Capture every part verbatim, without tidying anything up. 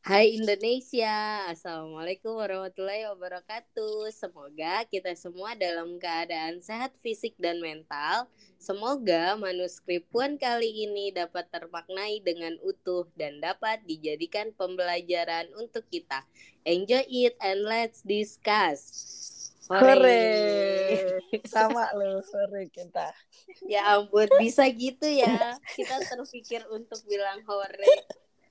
Hai Indonesia, Assalamualaikum warahmatullahi wabarakatuh. Semoga kita semua dalam keadaan sehat fisik dan mental. Semoga manuskrip Puan kali ini dapat termaknai dengan utuh dan dapat dijadikan pembelajaran untuk kita. Enjoy it and let's discuss. Hore, sama lo, hore kita. Ya ampun, bisa gitu ya. Kita terpikir untuk bilang hore.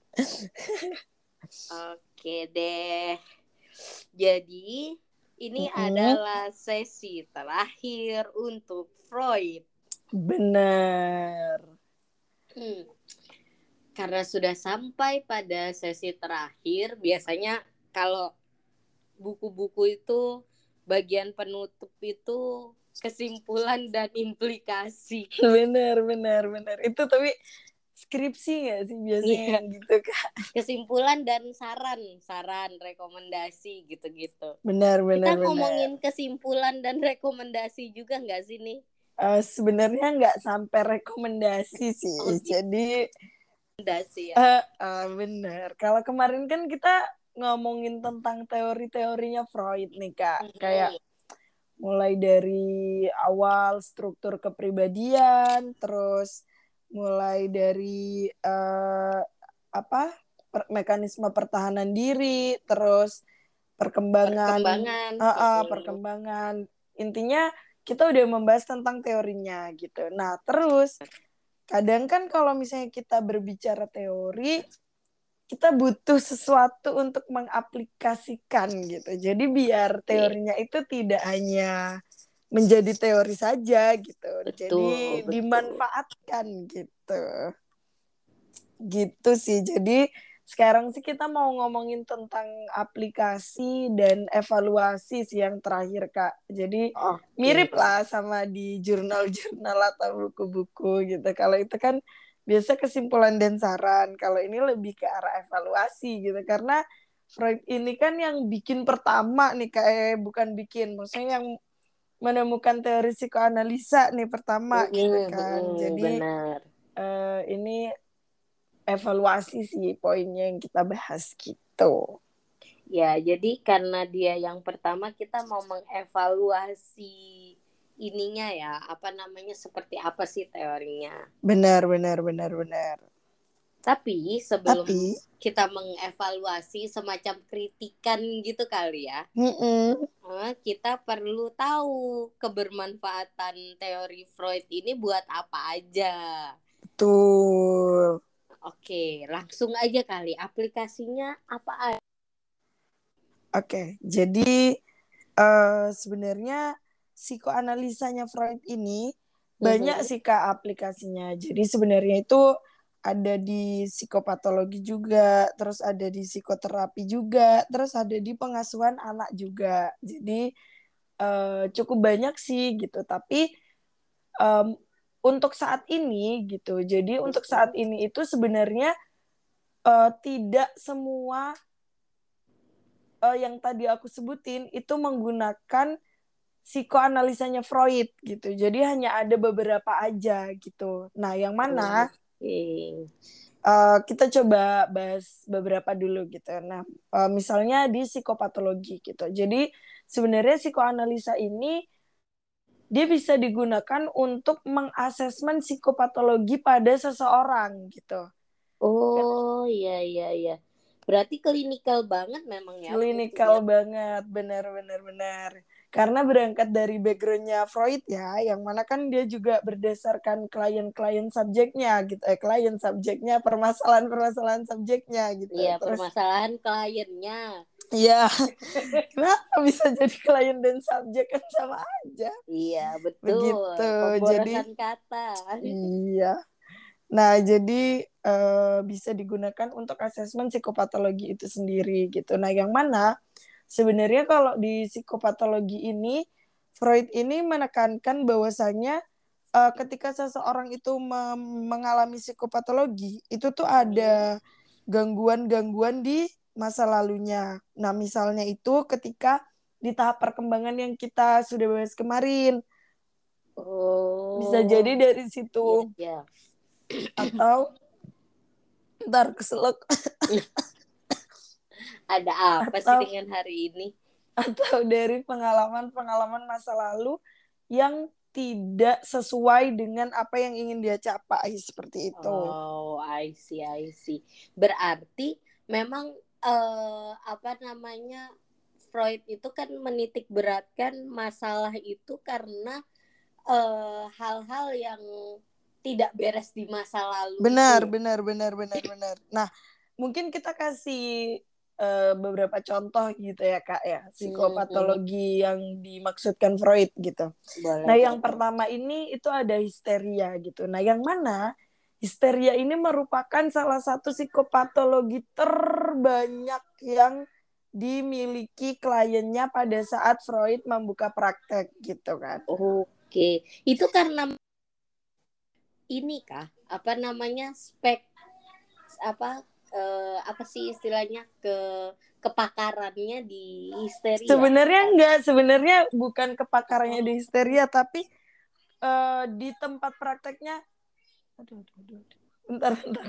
Oke deh. Jadi ini Mm-mm. adalah sesi terakhir untuk Freud. Bener. Hmm. Karena sudah sampai pada sesi terakhir, biasanya kalau buku-buku itu bagian penutup itu kesimpulan dan implikasi. Bener, bener, bener. Itu tapi skripsi gak sih biasanya Iya. yang gitu, Kak? Kesimpulan dan saran, saran, rekomendasi gitu-gitu. Bener, bener, Kita bener. ngomongin kesimpulan dan rekomendasi juga nggak sih nih? Uh, sebenarnya nggak sampai rekomendasi sih. Oh, Jadi, rekomendasi ya. uh, uh, bener. Kalau kemarin kan kita ngomongin tentang teori-teorinya Freud nih, Kak. Kayak mulai dari awal struktur kepribadian, terus mulai dari uh, apa per, mekanisme pertahanan diri, terus perkembangan, Perkembangan. uh, uh, perkembangan. Intinya kita udah membahas tentang teorinya gitu. Nah terus kadang kan kalau misalnya kita berbicara teori, kita butuh sesuatu untuk mengaplikasikan gitu. Jadi biar teorinya itu tidak hanya menjadi teori saja gitu. Betul, Jadi betul. dimanfaatkan gitu. Gitu sih. Jadi sekarang sih kita mau ngomongin tentang aplikasi dan evaluasi sih yang terakhir, Kak. Jadi Oke. mirip lah sama di jurnal-jurnal atau buku-buku gitu. Kalau itu kan biasa kesimpulan dan saran. Kalau ini lebih ke arah evaluasi gitu. Karena Freud ini kan yang bikin pertama nih, kayak bukan bikin, maksudnya yang menemukan teori psikoanalisa nih pertama gitu Mm-mm, kan. mm-mm, Jadi benar. uh, ini evaluasi sih poinnya yang kita bahas gitu. Ya, jadi karena dia yang pertama kita mau mengevaluasi ininya ya, apa namanya, seperti apa sih teorinya. Benar, benar, benar, benar. Tapi sebelum Tapi, kita mengevaluasi semacam kritikan gitu kali ya, mm-mm. kita perlu tahu kebermanfaatan teori Freud ini buat apa aja. Betul. Oke, langsung aja kali. Aplikasinya apa aja? Oke, jadi uh, sebenarnya psikoanalisanya Freud ini banyak Mhm. sih Kak aplikasinya. Jadi sebenarnya itu ada di psikopatologi juga, terus ada di psikoterapi juga, terus ada di pengasuhan anak juga. Jadi uh, cukup banyak sih gitu. Tapi um, untuk saat ini gitu, jadi untuk saat ini itu sebenarnya uh, tidak semua uh, yang tadi aku sebutin itu menggunakan psikoanalisanya Freud gitu. Jadi hanya ada beberapa aja gitu. Nah, yang mana Oke. uh, kita coba bahas beberapa dulu gitu. Nah, uh, misalnya di psikopatologi gitu. Jadi sebenarnya psikoanalisa ini dia bisa digunakan untuk mengasesmen psikopatologi pada seseorang gitu. Oh, iya iya iya. Berarti klinikal banget memang ya bukunya. Klinikal banget, benar-benar benar. Karena berangkat dari backgroundnya Freud ya, yang mana kan dia juga berdasarkan klien-klien subjeknya gitu, eh klien subjeknya, permasalahan-permasalahan subjeknya gitu. Iya, Terus, permasalahan kliennya. ya kenapa bisa jadi klien dan subjek kan sama aja, Iya, betul. begitu. Jadi, Pemborosan kata. iya. Nah, jadi uh, bisa digunakan untuk asesmen psikopatologi itu sendiri gitu. Nah, yang mana sebenarnya kalau di psikopatologi ini Freud ini menekankan bahwasannya uh, ketika seseorang itu me- mengalami psikopatologi itu tuh ada gangguan-gangguan di masa lalunya. Nah, misalnya itu ketika di tahap perkembangan yang kita sudah bahas kemarin, bisa Oh, jadi dari iya situ iya. atau ntar keselak Ada apa sih atau dengan hari ini? atau dari pengalaman-pengalaman masa lalu yang tidak sesuai dengan apa yang ingin dia capai seperti itu. Oh, I see, I see. Berarti memang eh, apa namanya Freud itu kan menitik beratkan masalah itu karena eh, hal-hal yang tidak beres di masa lalu itu Benar, ya. benar, benar, benar, benar. Nah, mungkin kita kasih uh, beberapa contoh gitu ya Kak ya, Hmm, psikopatologi yang dimaksudkan Freud gitu. boleh, Nah, yang boleh. pertama ini itu ada histeria gitu. Nah, yang mana histeria ini merupakan salah satu psikopatologi terbanyak yang dimiliki kliennya pada saat Freud membuka praktek gitu kan. Oke, itu karena ini kah? Apa namanya spek apa eh, apa sih istilahnya ke kepakarannya di histeria? Sebenarnya enggak, sebenarnya bukan kepakarannya Oh, di histeria, tapi uh, di tempat prakteknya, aduh, aduh, aduh, bentar, bentar,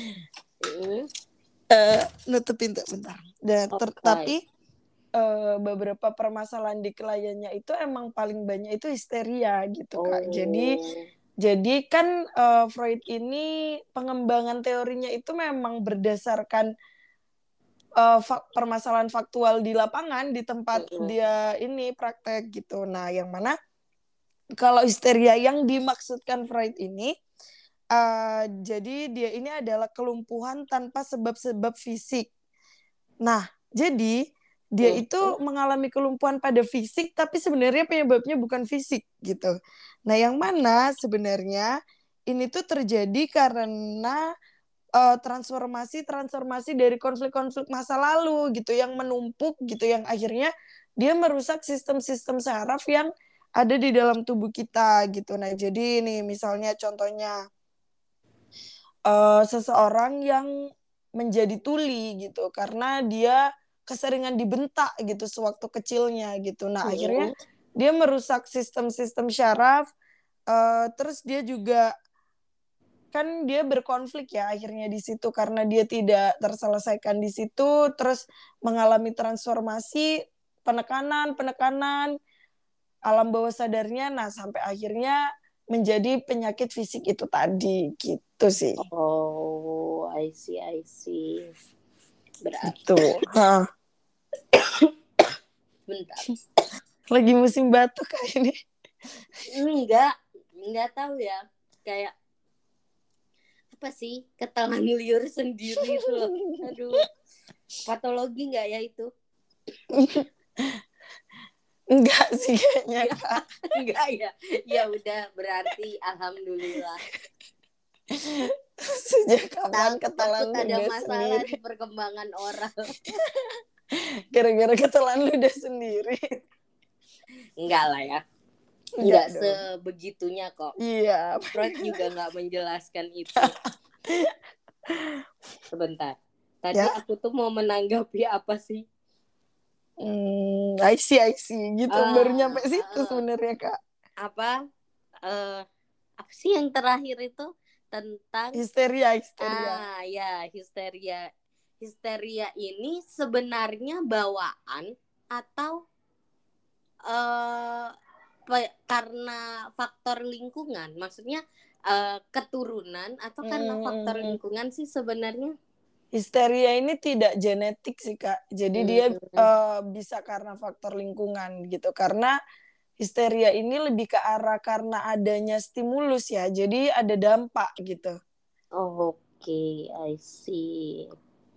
mm, uh, nutup pintu, bentar. Dan ter, oke. tapi uh, beberapa permasalahan di kliennya itu emang paling banyak itu histeria gitu Kak. Jadi Oh, jadi kan uh, Freud ini pengembangan teorinya itu memang berdasarkan uh, fak, permasalahan faktual di lapangan di tempat mm-mm. dia ini praktek gitu. Nah, yang mana kalau histeria yang dimaksudkan Freud ini, uh, jadi dia ini adalah kelumpuhan tanpa sebab-sebab fisik. Nah, jadi dia itu Mm-mm. mengalami kelumpuhan pada fisik, tapi sebenarnya penyebabnya bukan fisik gitu. Nah, yang mana sebenarnya ini tuh terjadi karena uh, transformasi-transformasi dari konflik-konflik masa lalu gitu yang menumpuk gitu, yang akhirnya dia merusak sistem-sistem saraf yang ada di dalam tubuh kita gitu. Nah, jadi ini misalnya contohnya uh, seseorang yang menjadi tuli gitu karena dia keseringan dibentak gitu sewaktu kecilnya gitu. Nah, akhirnya Mm-mm. dia merusak sistem-sistem syaraf, uh, terus dia juga kan dia berkonflik ya akhirnya di situ karena dia tidak terselesaikan di situ, terus mengalami transformasi, penekanan penekanan alam bawah sadarnya, nah sampai akhirnya menjadi penyakit fisik itu tadi gitu sih. Oh, I see, I see. Gitu. Berarti Hah. bentar. Lagi musim batuk kayak ini. Enggak, enggak tahu ya. Kayak apa sih ketelan liur sendiri itu loh. Aduh, patologi enggak ya itu? Enggak sih kayaknya Enggak, Kak. enggak ya. Ya udah berarti alhamdulillah. Sejak kapan Tak, takut ketelan ada ludah masalah di sendiri? perkembangan oral. Gara-gara ketelan ludah sendiri. Enggak lah ya. Enggak Enggak dong. sebegitunya kok. Iya. Freud juga enggak menjelaskan itu. Sebentar. Tadi Ya. aku tuh mau menanggapi apa sih? Hmm, I see, I see. Gitu. Baru nyampe Ah, ah, situ ah. sebenarnya Kak. Apa? Eh, apa sih yang terakhir itu tentang Histeria, histeria. ah ya histeria. Histeria ini sebenarnya bawaan atau eh pe- karena faktor lingkungan? Maksudnya eh, keturunan atau karena faktor Hmm, lingkungan sih sebenarnya? histeria ini tidak genetik sih Kak. Jadi dia Hmm, uh, bisa karena faktor lingkungan gitu. Karena histeria ini lebih ke arah karena adanya stimulus ya. Jadi ada dampak gitu. oh, oke, okay, I see.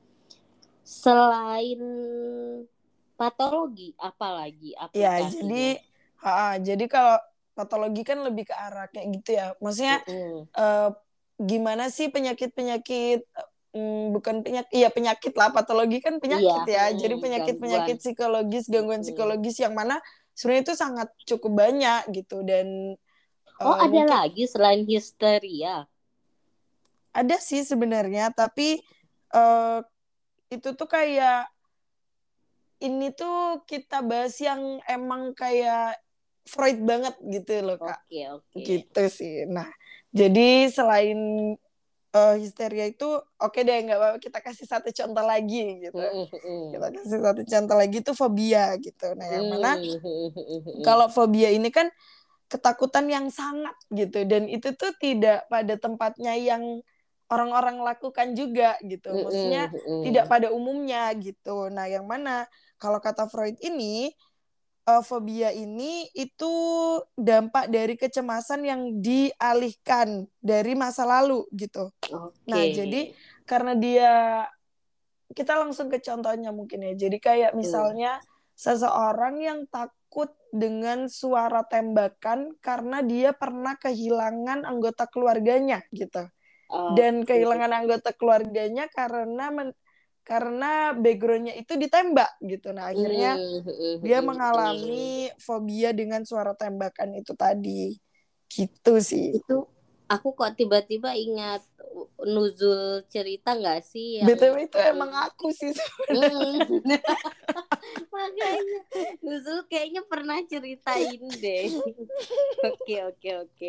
Selain patologi, apalagi Ya, aplikasinya? jadi ha, jadi kalau patologi kan lebih ke arah kayak gitu ya. Maksudnya Mm-mm. uh, gimana sih penyakit-penyakit hmm, bukan penyakit, iya penyakit lah, patologi kan Iya, penyakit ya. Jadi mm, gangguan. penyakit-penyakit psikologis, gangguan Mm-mm. psikologis yang mana sebenarnya itu sangat cukup banyak gitu, dan Oh, uh, ada mungkin lagi selain histeria. ada sih sebenarnya, tapi uh, itu tuh kayak ini tuh kita bahas yang emang kayak Freud banget gitu loh Kak. Oke, oke. Gitu sih. Nah, jadi selain uh, histeria itu oke okay deh, nggak apa-apa kita kasih satu contoh lagi gitu. Kita kasih satu contoh lagi tuh fobia gitu. Nah yang mana kalau fobia ini kan ketakutan yang sangat gitu, dan itu tuh tidak pada tempatnya yang orang-orang lakukan juga gitu. Maksudnya tidak pada umumnya gitu. Nah yang mana kalau kata Freud ini, uh, fobia ini itu dampak dari kecemasan yang dialihkan dari masa lalu gitu. Okay. Nah jadi karena dia, kita langsung ke contohnya mungkin ya. Jadi kayak misalnya hmm. seseorang yang takut dengan suara tembakan karena dia pernah kehilangan anggota keluarganya gitu. Okay. Dan kehilangan anggota keluarganya karena men- karena backgroundnya itu ditembak gitu. Nah akhirnya mm-hmm. dia mengalami fobia dengan suara tembakan itu tadi. Gitu sih. Itu aku kok tiba-tiba ingat Nuzul cerita nggak sih yang B T W itu emang aku sih sebenarnya. Makanya Nuzul kayaknya pernah ceritain deh. Oke oke oke.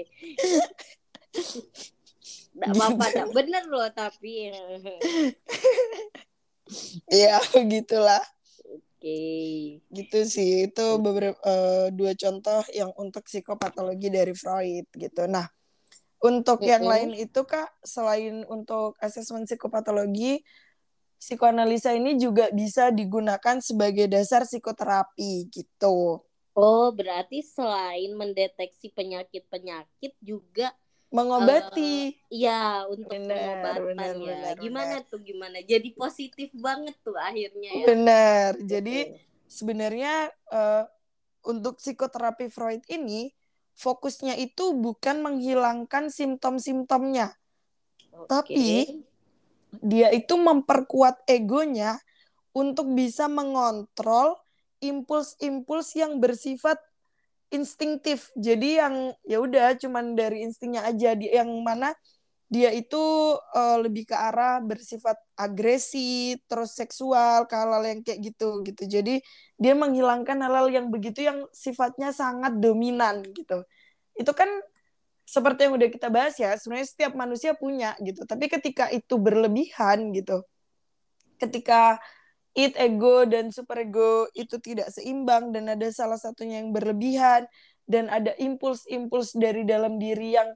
Nggak apa-apa, nggak bener loh tapi. Iya begitulah. Oke. Okay. Gitu sih, itu beberapa uh, dua contoh yang untuk psikopatologi dari Freud gitu. Nah, untuk mm-hmm. yang lain itu Kak, selain untuk asesmen psikopatologi, psikoanalisa ini juga bisa digunakan sebagai dasar psikoterapi gitu. Oh, berarti selain mendeteksi penyakit-penyakit juga mengobati. Uh, ya, untuk benar, pengobatan benar, ya. Benar, gimana benar. tuh gimana? Jadi positif banget tuh akhirnya ya. Benar. Jadi sebenarnya uh, untuk psikoterapi Freud ini fokusnya itu bukan menghilangkan simptom-simptomnya. Okay. Tapi dia itu memperkuat egonya untuk bisa mengontrol impuls-impuls yang bersifat instingtif. Jadi yang ya udah cuman dari instingnya aja, dia yang mana dia itu uh, lebih ke arah bersifat agresi, terus seksual, hal-hal yang kayak gitu gitu. Jadi dia menghilangkan hal-hal yang begitu yang sifatnya sangat dominan gitu. Itu kan seperti yang udah kita bahas ya, sebenarnya setiap manusia punya gitu. Tapi ketika itu berlebihan gitu, ketika id, ego, dan superego itu tidak seimbang dan ada salah satunya yang berlebihan dan ada impuls-impuls dari dalam diri yang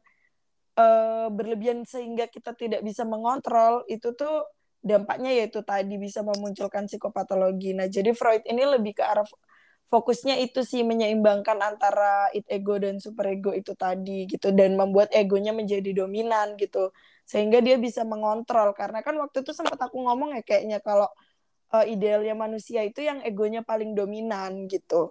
uh, berlebihan sehingga kita tidak bisa mengontrol, itu tuh dampaknya yaitu tadi bisa memunculkan psikopatologi. Nah, jadi Freud ini lebih ke arah fokusnya itu sih menyeimbangkan antara id, ego, dan superego itu tadi gitu, dan membuat egonya menjadi dominan gitu sehingga dia bisa mengontrol. Karena kan waktu itu sempat aku ngomong ya kayaknya kalau Uh, idealnya manusia itu yang egonya paling dominan gitu.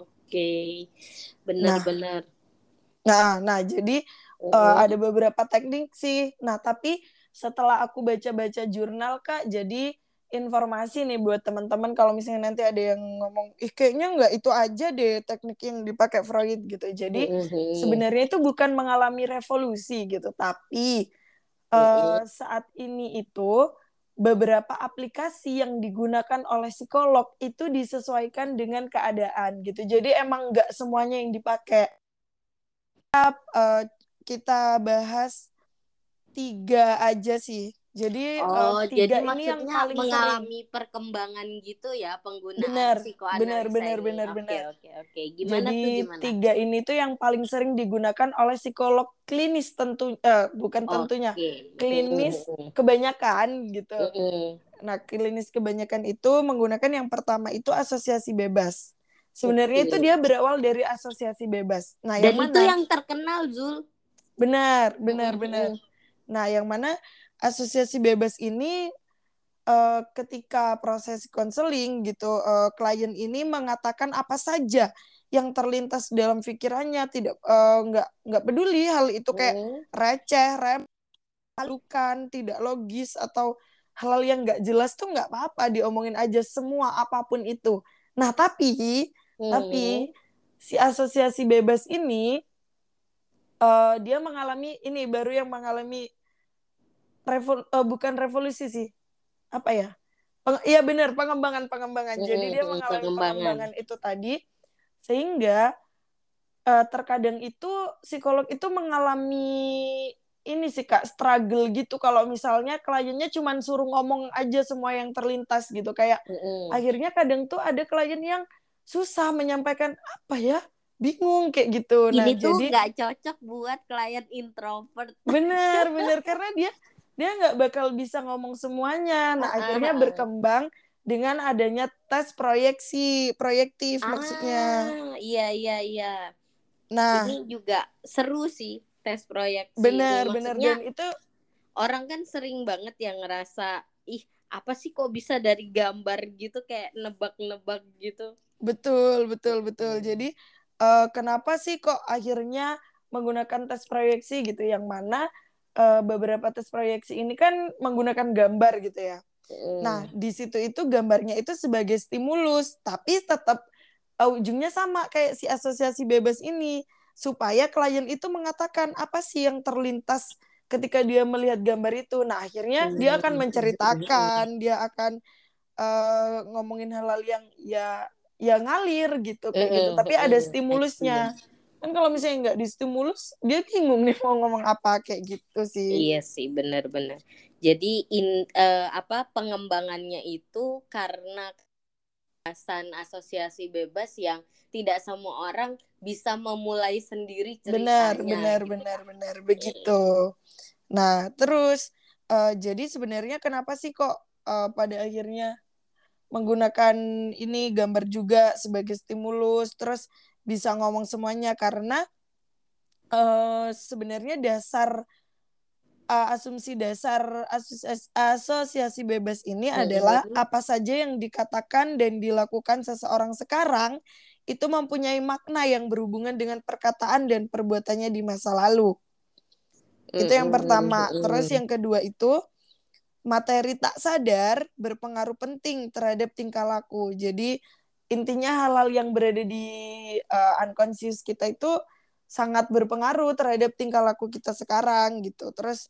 Oke, benar-benar. Nah, nah, nah jadi uh, uh, ada beberapa teknik sih. Nah, tapi setelah aku baca-baca jurnal Kak, jadi informasi nih buat teman-teman kalau misalnya nanti ada yang ngomong, ih kayaknya nggak itu aja deh teknik yang dipakai Freud gitu. Jadi mm-hmm. sebenarnya itu bukan mengalami revolusi gitu, tapi uh, mm-hmm. saat ini itu beberapa aplikasi yang digunakan oleh psikolog itu disesuaikan dengan keadaan gitu. Jadi emang nggak semuanya yang dipakai. Kita, uh, kita bahas tiga aja sih. Jadi oh, uh, tiga jadi ini yang paling mengalami sering. perkembangan gitu ya penggunaan benar, psikoanalisa benar, benar, ini. Benar, oke, benar. oke, oke. Gimana Jadi, tuh gimana? tiga ini tuh yang paling sering digunakan oleh psikolog klinis tentu, uh, bukan tentunya, okay. klinis kebanyakan gitu. Nah, klinis kebanyakan itu menggunakan yang pertama itu asosiasi bebas. Sebenarnya okay. itu dia berawal dari asosiasi bebas. Nah, dan yang itu mana? yang terkenal, Zul. Benar, benar, mm-hmm. benar. Nah, yang mana asosiasi bebas ini uh, ketika proses konseling gitu, uh, klien ini mengatakan apa saja yang terlintas dalam pikirannya, tidak uh, nggak nggak peduli hal itu kayak mm. receh, rem, halukan, tidak logis atau hal-hal yang nggak jelas tuh nggak apa-apa, diomongin aja semua apapun itu. Nah tapi hmm. tapi si asosiasi bebas ini uh, dia mengalami ini baru yang mengalami revol, uh, bukan revolusi sih, apa ya? Peng, iya benar pengembangan pengembangan. Hmm, Jadi dia mengalami pengembangan. pengembangan itu tadi sehingga uh, terkadang itu psikolog itu mengalami ini sih Kak, struggle gitu kalau misalnya kliennya cuman suruh ngomong aja semua yang terlintas gitu. Kayak Mm-mm. akhirnya kadang tuh ada klien yang susah menyampaikan apa ya, bingung kayak gitu. Nah, Ini tuh jadi nggak cocok buat klien introvert. bener, bener karena dia dia nggak bakal bisa ngomong semuanya. Nah, akhirnya berkembang dengan adanya tes proyeksi, proyektif maksudnya. Ah, iya iya iya. Nah, Ini juga seru sih tes proyeksi ini. bener, bener Maksudnya dan itu orang kan sering banget yang ngerasa, ih apa sih kok bisa dari gambar gitu kayak nebak-nebak gitu. betul, betul, betul. Hmm. Jadi uh, kenapa sih kok akhirnya menggunakan tes proyeksi gitu? Yang mana uh, beberapa tes proyeksi ini kan menggunakan gambar gitu ya. Nah, Hmm. di situ itu gambarnya itu sebagai stimulus, tapi tetap uh, ujungnya sama kayak si asosiasi bebas ini, supaya klien itu mengatakan apa sih yang terlintas ketika dia melihat gambar itu. Nah, akhirnya dia akan menceritakan, dia akan uh, ngomongin hal-hal yang ya ya ngalir gitu kayak gitu, tapi ada stimulusnya. Kan kalau misalnya nggak distimulus, dia bingung nih mau ngomong apa kayak gitu sih. Iya sih benar-benar. Jadi in eh, apa pengembangannya itu karena kesan asosiasi bebas yang tidak semua orang bisa memulai sendiri Benar, ceritanya benar, gitu benar, ya. benar Mm. begitu. Nah, terus uh, jadi sebenarnya kenapa sih kok uh, pada akhirnya menggunakan ini gambar juga sebagai stimulus, terus bisa ngomong semuanya karena uh, sebenarnya dasar uh, asumsi dasar asos asosiasi bebas ini adalah Mm-mm. apa saja yang dikatakan dan dilakukan seseorang sekarang itu mempunyai makna yang berhubungan dengan perkataan dan perbuatannya di masa lalu. Itu yang pertama. Terus Mm-mm. yang kedua itu materi tak sadar berpengaruh penting terhadap tingkah laku. Jadi intinya hal-hal yang berada di uh, unconscious kita itu sangat berpengaruh terhadap tingkah laku kita sekarang gitu. Terus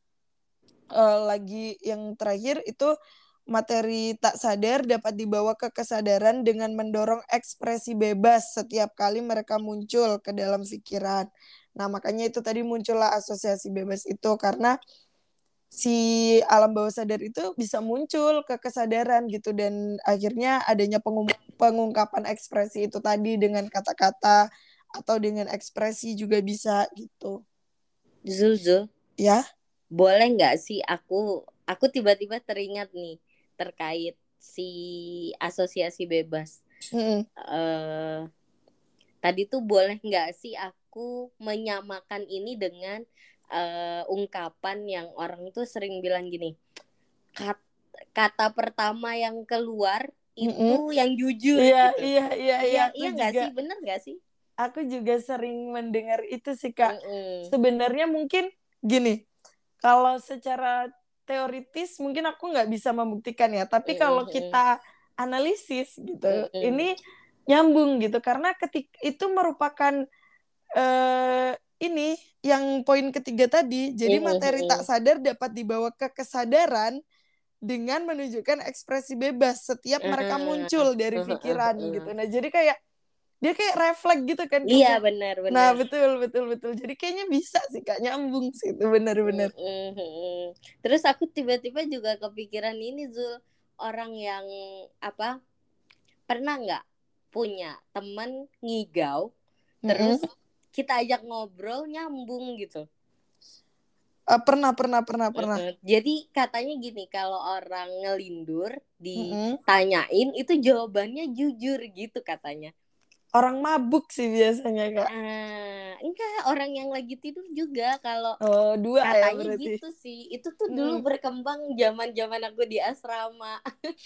uh, lagi yang terakhir itu materi tak sadar dapat dibawa ke kesadaran dengan mendorong ekspresi bebas setiap kali mereka muncul ke dalam pikiran. Nah, makanya itu tadi muncullah asosiasi bebas itu karena si alam bawah sadar itu bisa muncul ke kesadaran gitu dan akhirnya adanya pengung pengungkapan ekspresi itu tadi dengan kata-kata atau dengan ekspresi juga bisa gitu. Zuzu, Ya. boleh nggak sih aku aku tiba-tiba teringat nih terkait si asosiasi bebas. Hmm. Eh tadi tuh boleh nggak sih aku menyamakan ini dengan eh, ungkapan yang orang tuh sering bilang gini, kat, kata pertama yang keluar Hmm. itu yang jujur Iya, gitu. iya, iya, iya. Iya, Aku iya nggak juga, sih, bener nggak sih? aku juga sering mendengar itu sih Kak. Mm-mm. Sebenarnya mungkin gini, kalau secara teoritis mungkin aku nggak bisa membuktikan ya, tapi kalau Mm-mm. kita analisis gitu, Mm-mm. ini nyambung gitu karena ketik itu merupakan eh, ini yang poin ketiga tadi. Jadi materi tak Mm-mm. sadar dapat dibawa ke kesadaran dengan menunjukkan ekspresi bebas setiap mereka Ah, muncul dari ah, ah, pikiran gitu. ah. Nah, jadi kayak dia kayak refleks gitu kan kayak Iya misalnya, nah benar-benar. betul betul betul jadi kayaknya bisa sih Kak nyambung sih itu benar-benar. Mm-mm. Terus aku tiba-tiba juga kepikiran ini Zul, orang yang apa pernah nggak punya temen ngigau terus Mm-mm. kita ajak ngobrol nyambung gitu. Uh, pernah pernah pernah pernah. Mm-mm. Jadi katanya gini, kalau orang ngelindur Mm-mm. ditanyain itu jawabannya jujur gitu katanya. Orang mabuk sih biasanya Kak. Ah, enggak, orang yang lagi tidur juga kalau Oh, dua ya katanya berarti. gitu sih. Itu tuh dulu Mm. berkembang zaman-zaman aku di asrama.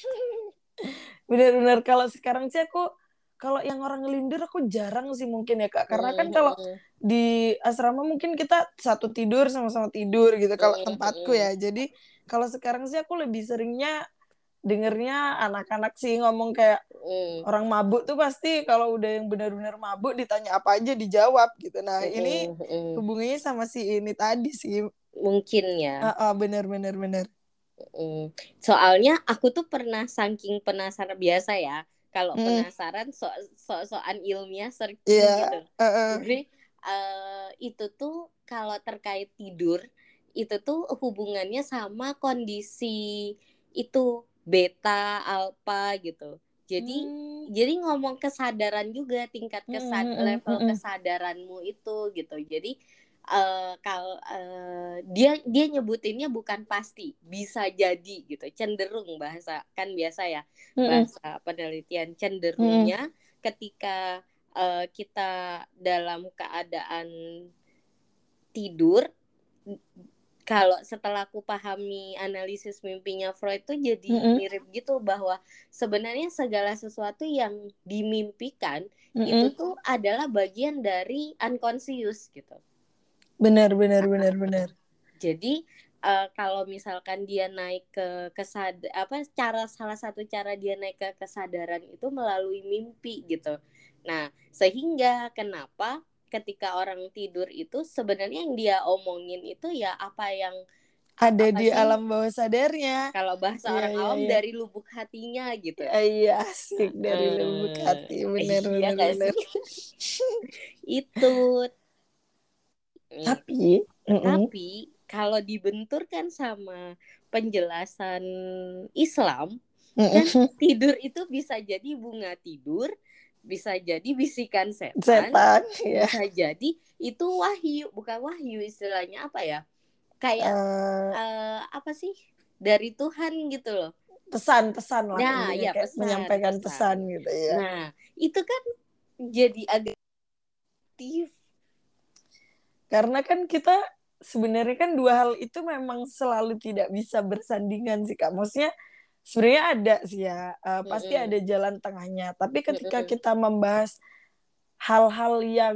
Benar-benar kalau sekarang sih aku kalau yang orang ngelindur aku jarang sih mungkin ya Kak. Karena kan kalau Mm-mm. di asrama mungkin kita satu tidur sama-sama tidur gitu kalau tempatku Mm-mm. ya. Jadi kalau sekarang sih aku lebih seringnya dengernya anak-anak sih ngomong kayak Mm-mm. orang mabuk tuh pasti kalau udah yang benar-benar mabuk ditanya apa aja dijawab gitu. Nah, ini Mm-mm. Mm-mm. hubungannya sama si ini tadi sih. Mungkin ya. Ah, ah, benar benar benar. Mm. Soalnya aku tuh pernah saking penasaran biasa ya. Kalau Mm, penasaran so so-soan ilmiah searching iya, gitu. uh, uh. Jadi eh, itu tuh kalau terkait tidur itu tuh hubungannya sama kondisi itu beta, alfa gitu. Jadi Hmm. jadi ngomong kesadaran juga, tingkat kesad Mm, mm, mm, level mm, mm. kesadaranmu itu gitu. Jadi uh, kalau uh, dia dia nyebutinnya bukan pasti, bisa jadi gitu, cenderung, bahasa kan biasa ya, Mm, mm, bahasa penelitian, mm, mm. cenderungnya ketika uh, kita dalam keadaan tidur, kalau setelah aku pahami analisis mimpinya Freud tuh jadi Mm, mm, mirip gitu, bahwa sebenarnya segala sesuatu yang dimimpikan mm, itu mm. tuh adalah bagian dari unconscious gitu. Benar, benar, benar, benar. Jadi uh, kalau misalkan dia naik ke kesad apa cara salah satu cara dia naik ke kesadaran itu melalui mimpi gitu. Nah, sehingga kenapa ketika orang tidur itu sebenarnya yang dia omongin itu ya apa yang Ada apa di sih, alam bawah sadarnya. kalau bahasa Iya, orang iya, awam iya. dari lubuk hatinya gitu. Iya, asik, dari lubuk Uh, hati. Benar, iya benar, gak benar. sih? Itu. Tapi, mm-mm, Tapi kalau dibenturkan sama penjelasan Islam, kan mm-mm. tidur itu bisa jadi bunga tidur, bisa jadi bisikan setan, Setan, ya. bisa jadi itu wahyu, bukan wahyu, istilahnya apa ya? Kayak Uh, uh, apa sih? Dari Tuhan gitu loh. pesan-pesan lah Nah, intinya, ya kayak pesan, menyampaikan pesan. pesan gitu ya. Nah, itu kan jadi agak aktif. Karena kan kita sebenarnya kan dua hal itu memang selalu tidak bisa bersandingan sih Kak. Maksudnya sebenarnya ada sih ya, uh, pasti Mm-mm. ada jalan tengahnya. Tapi ketika Mm-mm. kita membahas hal-hal yang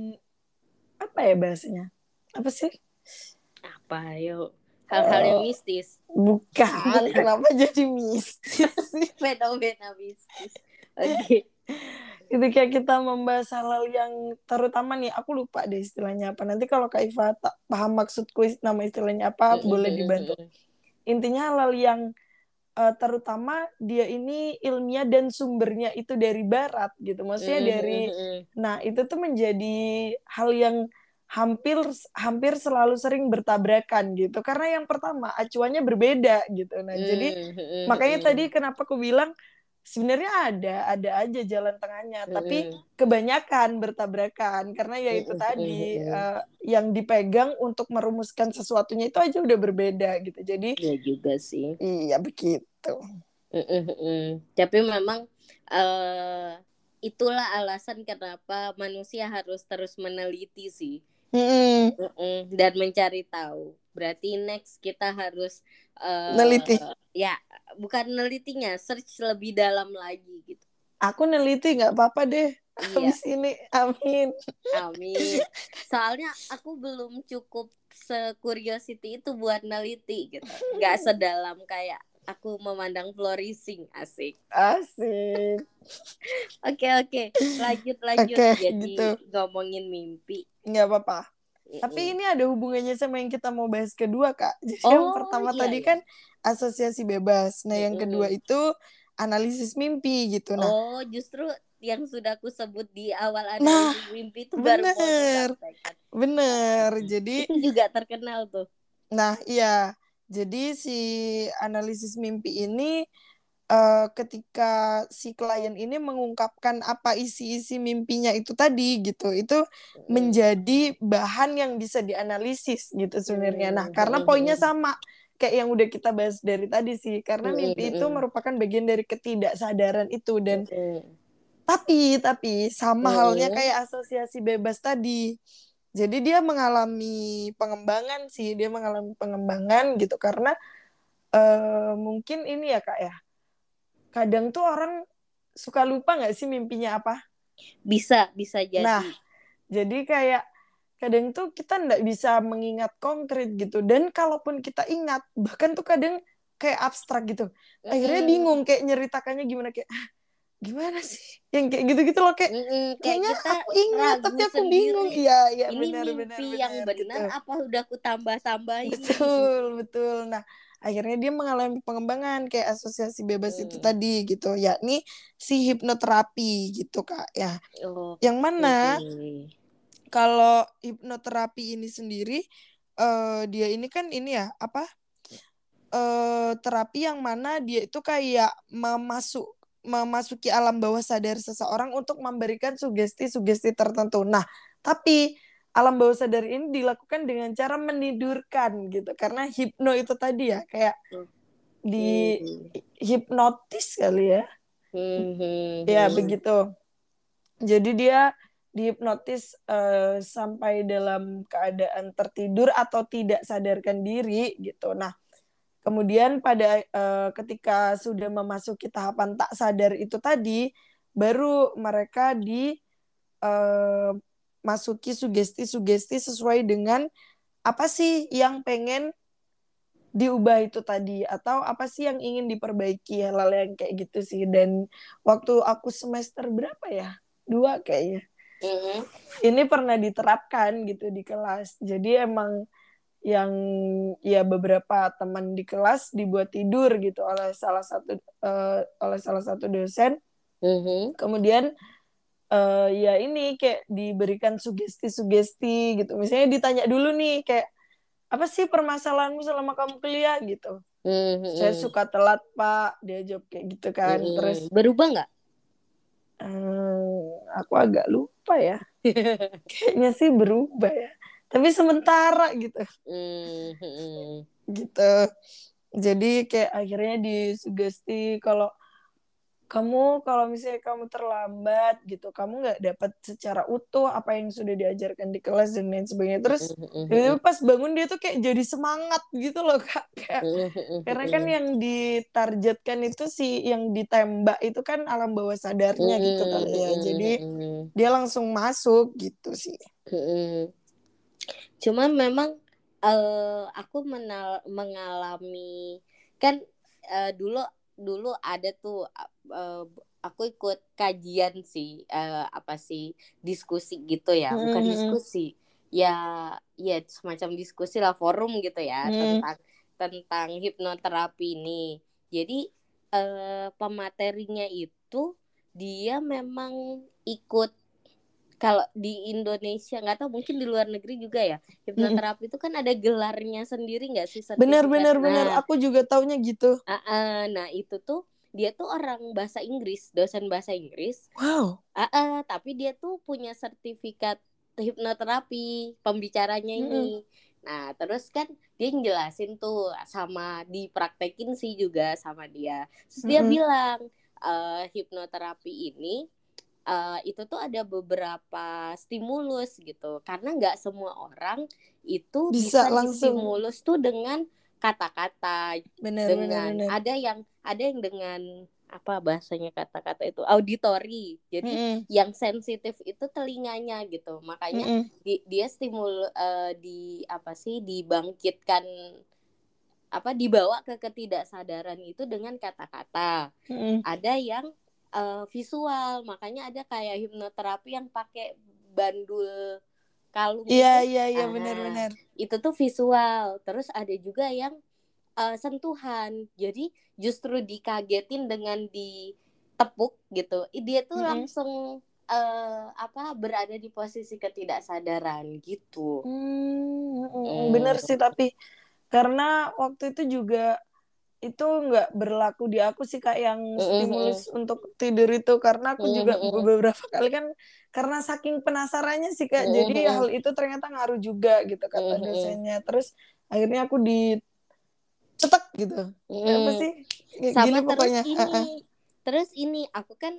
apa ya bahasanya? Apa sih? Apa yuk? Hal-hal yang Uh, mistis. bukan, Bukan. kenapa jadi mistis sih? Fenomena mistis. Oke. Okay. Ketika kita membahas hal-hal yang terutama nih, aku lupa deh istilahnya apa. Nanti kalau Kak Iva tak paham maksudku nama istilahnya apa, boleh dibantu. Intinya hal-hal yang uh, terutama dia ini ilmiah dan sumbernya itu dari barat gitu. Maksudnya dari, nah itu tuh menjadi hal yang hampir hampir selalu sering bertabrakan gitu. Karena yang pertama acuannya berbeda gitu. Nah jadi makanya tadi kenapa aku bilang sebenarnya ada ada aja jalan tengahnya, tapi kebanyakan bertabrakan karena ya itu tadi uh, yang dipegang untuk merumuskan sesuatunya itu aja udah berbeda gitu. Jadi ya juga sih. Iya begitu. Tapi memang uh, itulah alasan kenapa manusia harus terus meneliti sih. Mm-mm. Dan mencari tahu. Berarti next kita harus uh, Neliti. Ya, bukan nelitinya, search lebih dalam lagi gitu. Aku neliti nggak apa-apa deh. Iya. Habis ini, amin. Amin. Soalnya aku belum cukup se-curiosity itu buat neliti gitu. Nggak sedalam kayak aku memandang flourishing, asik. Asik. Oke oke, lanjut lanjut. Oke, Jadi gitu. ngomongin mimpi. Nggak apa-apa. Mm-mm. Tapi ini ada hubungannya sama yang kita mau bahas kedua, Kak. Jadi Oh, yang pertama iya, tadi iya. kan asosiasi bebas. Nah, Mm-mm. yang kedua itu analisis mimpi gitu. Nah, oh, justru yang sudah aku sebut di awal nah analisis mimpi itu baru mau bener. disampaikan. Bener. Jadi Itu juga terkenal tuh. Nah, iya. Jadi si analisis mimpi ini uh, ketika si klien ini mengungkapkan apa isi-isi mimpinya itu tadi gitu, itu mm. menjadi bahan yang bisa dianalisis gitu sebenarnya. Nah, karena poinnya sama kayak yang udah kita bahas dari tadi sih, karena mimpi itu merupakan bagian dari ketidaksadaran itu dan tapi tapi sama halnya kayak asosiasi bebas tadi. Jadi dia mengalami pengembangan sih, dia mengalami pengembangan gitu karena uh, mungkin ini ya Kak ya, kadang tuh orang suka lupa nggak sih mimpinya apa? Bisa, bisa jadi. Nah, jadi kayak kadang tuh kita nggak bisa mengingat konkret gitu, dan kalaupun kita ingat, bahkan tuh kadang kayak abstrak gitu. Akhirnya bingung kayak nyeritakannya gimana, kayak gimana sih yang kayak gitu-gitu loh, kayak Mm-mm, kayak kayaknya kita aku ingat tapi aku sendiri. bingung. Iya iya ini benar benar mimpi benar yang benar gitu. apa udah aku tambah-tambahin betul nih? betul. Nah akhirnya dia mengalami pengembangan kayak asosiasi bebas hmm. itu tadi gitu, yakni si hipnoterapi gitu Kak ya. Oh, yang mana okay. kalau hipnoterapi ini sendiri uh, dia ini kan ini ya apa uh, terapi yang mana dia itu kayak memasuk memasuki alam bawah sadar seseorang untuk memberikan sugesti-sugesti tertentu. Nah, tapi alam bawah sadar ini dilakukan dengan cara menidurkan gitu. Karena hipno itu tadi ya kayak di Hmm. hipnotis kali ya. Hmm, hmm, Ya, hmm. begitu. Jadi dia dihipnotis uh, sampai dalam keadaan tertidur atau tidak sadarkan diri gitu. Nah, kemudian pada uh, ketika sudah memasuki tahapan tak sadar itu tadi, baru mereka di uh, masuki sugesti-sugesti sesuai dengan apa sih yang pengen diubah itu tadi atau apa sih yang ingin diperbaiki, hal-hal yang kayak gitu sih. Dan waktu aku semester berapa ya? Dua kayaknya. Mm-hmm. Ini pernah diterapkan gitu di kelas. Jadi emang yang ya beberapa teman di kelas dibuat tidur gitu oleh salah satu uh, oleh salah satu dosen. Mm-hmm. Kemudian uh, ya ini kayak diberikan sugesti-sugesti gitu. Misalnya ditanya dulu nih kayak apa sih permasalahanmu selama kamu kuliah gitu. Mm-hmm. Saya suka telat Pak, dia jawab kayak gitu kan. Mm-hmm. Terus berubah nggak? Hmm, aku agak lupa ya. Kayaknya sih berubah ya. Tapi sementara gitu. Mm-hmm. Gitu. Jadi kayak akhirnya disugesti kalau kamu kalau misalnya kamu terlambat gitu, kamu nggak dapat secara utuh apa yang sudah diajarkan di kelas dan lain sebagainya. Terus Mm-hmm. pas bangun dia tuh kayak jadi semangat gitu loh Kak. Kayak karena kan yang ditargetkan itu sih yang ditembak itu kan alam bawah sadarnya gitu kali ya. Jadi dia langsung masuk gitu sih. Cuma memang uh, aku menal- mengalami kan uh, dulu dulu ada tuh uh, aku ikut kajian sih uh, apa sih diskusi gitu ya, bukan diskusi ya ya semacam diskusi lah, forum gitu ya, Hmm. tentang tentang hipnoterapi ini. Jadi uh, pematerinya itu dia memang ikut, kalau di Indonesia nggak tahu, mungkin di luar negeri juga ya, hipnoterapi itu kan ada gelarnya sendiri nggak sih, Bener sertifikat. bener bener, Nah, aku juga taunya gitu. uh, uh, nah itu tuh dia tuh orang bahasa Inggris, dosen bahasa Inggris. Wow. Uh, uh, tapi dia tuh punya sertifikat hipnoterapi pembicaranya ini. Mm-mm. Nah terus kan dia ngejelasin tuh, sama dipraktekin sih juga sama dia. Terus dia Mm-mm. bilang uh, hipnoterapi ini Uh, itu tuh ada beberapa stimulus gitu, karena nggak semua orang itu Bisa bisa langsung. distimulus tuh dengan kata-kata. Bener bener Dengan bener. ada yang ada yang dengan apa bahasanya kata-kata itu auditori, jadi Mm-mm. yang sensitif itu telinganya gitu, makanya Mm-mm. di, dia stimul uh, di apa sih dibangkitkan, apa dibawa ke ketidaksadaran itu dengan kata-kata. Mm-mm. Ada yang uh, visual, makanya ada kayak hipnoterapi yang pakai bandul kalung Iya itu. iya iya Ah, benar-benar. itu tuh visual. Terus ada juga yang uh, sentuhan. Jadi justru dikagetin dengan ditepuk gitu. Dia tuh Mm-mm. langsung uh, apa berada di posisi ketidaksadaran gitu. Hmm, Hmm. bener sih, tapi karena waktu itu juga itu nggak berlaku di aku sih Kak yang stimulus Mm-hmm. untuk tidur itu, karena aku juga Mm-hmm. beberapa kali kan karena saking penasarannya sih Kak, jadi Mm-hmm. hal itu ternyata ngaruh juga gitu kata Mm-hmm. dosennya. Terus akhirnya aku dicetek gitu. Apa Mm. sih? Kayak gini Sama terus pokoknya. Uh-uh. ini, terus ini aku kan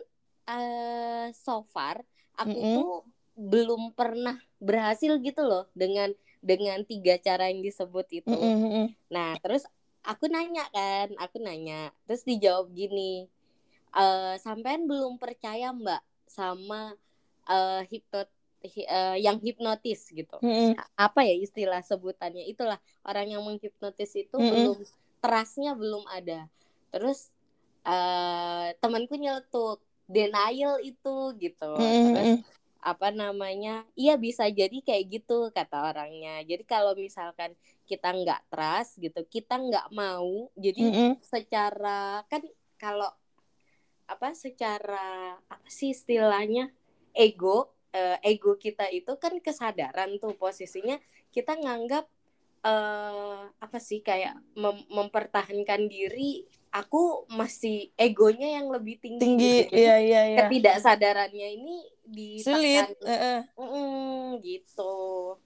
uh, so far aku Mm-mm. tuh belum pernah berhasil gitu loh dengan dengan tiga cara yang disebut itu. Mm-mm. Nah terus aku nanya kan, aku nanya, terus dijawab gini, e, sampean belum percaya mbak sama uh, hipnot uh, yang hipnotis gitu. Mm-mm. Apa ya istilah sebutannya, itulah orang yang menghipnotis itu Mm-mm. belum, trustnya belum ada. Terus uh, temanku nyeletuk denial itu gitu. Mm-mm. Terus apa namanya, iya bisa jadi kayak gitu kata orangnya. Jadi kalau misalkan kita nggak trust gitu, kita nggak mau, jadi Mm-mm. secara kan kalau apa secara apa sih istilahnya, ego uh, ego kita itu kan kesadaran tuh posisinya, kita nganggap uh, apa sih kayak mem- mempertahankan diri, aku masih egonya yang lebih tinggi tinggi, gitu. Jadi iya iya iya. ketidaksadarannya ini Sulit. ditekan. Uh-uh. Mm, gitu.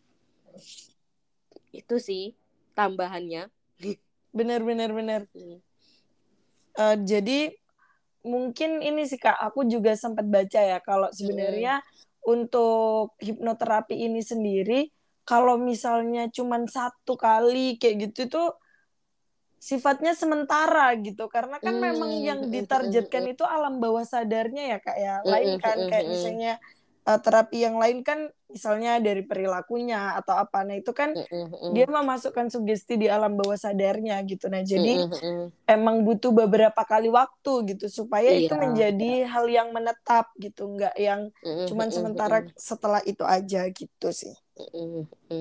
Itu sih tambahannya. Bener bener bener. Hmm. Uh, jadi mungkin ini sih Kak, aku juga sempat baca ya kalau sebenarnya mm. untuk hipnoterapi ini sendiri, kalau misalnya cuman satu kali kayak gitu tuh sifatnya sementara gitu, karena kan mm. memang yang ditargetkan itu alam bawah sadarnya ya Kak ya. Lain kan kayak misalnya uh, terapi yang lain kan misalnya dari perilakunya atau apa, nah itu kan mm-hmm. dia memasukkan sugesti di alam bawah sadarnya gitu. Nah jadi mm-hmm. emang butuh beberapa kali waktu gitu supaya iya, itu menjadi hal yang menetap gitu, nggak yang mm-hmm. cuman sementara setelah itu aja gitu sih. Mm-hmm.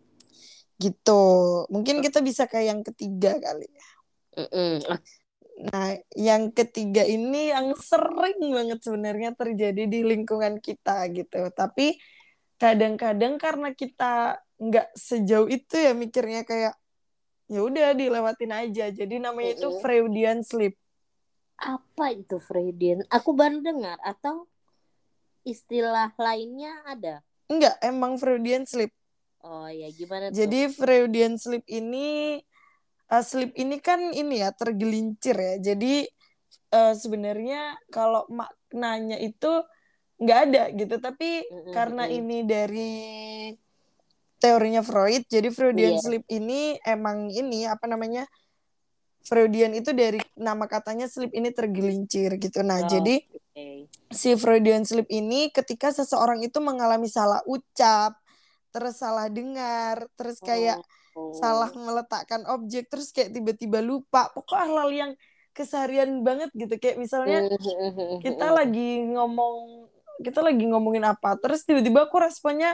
Gitu. Mungkin kita bisa ke yang ketiga kali ya. Mm-hmm. Nah, yang ketiga ini yang sering banget sebenarnya terjadi di lingkungan kita gitu. Tapi kadang-kadang karena kita nggak sejauh itu ya mikirnya, kayak ya udah dilewatin aja. Jadi namanya mm-hmm. itu Freudian sleep. Apa itu Freudian? Aku baru dengar, atau istilah lainnya ada? Enggak, emang Freudian sleep. Oh ya, gimana tuh? Jadi Freudian sleep ini uh, sleep ini kan ini ya tergelincir ya. Jadi uh, sebenarnya kalau maknanya itu nggak ada gitu, tapi mm-hmm. karena ini dari teorinya Freud, jadi Freudian yeah. sleep ini emang ini apa namanya, Freudian itu dari nama katanya sleep ini tergelincir gitu. Nah, oh, jadi okay. si Freudian sleep ini ketika seseorang itu mengalami salah ucap, terus salah dengar, terus kayak oh. salah meletakkan objek, terus kayak tiba-tiba lupa, pokoknya hal-hal yang keseharian banget gitu. Kayak misalnya kita lagi ngomong, kita lagi ngomongin apa, terus tiba-tiba aku responnya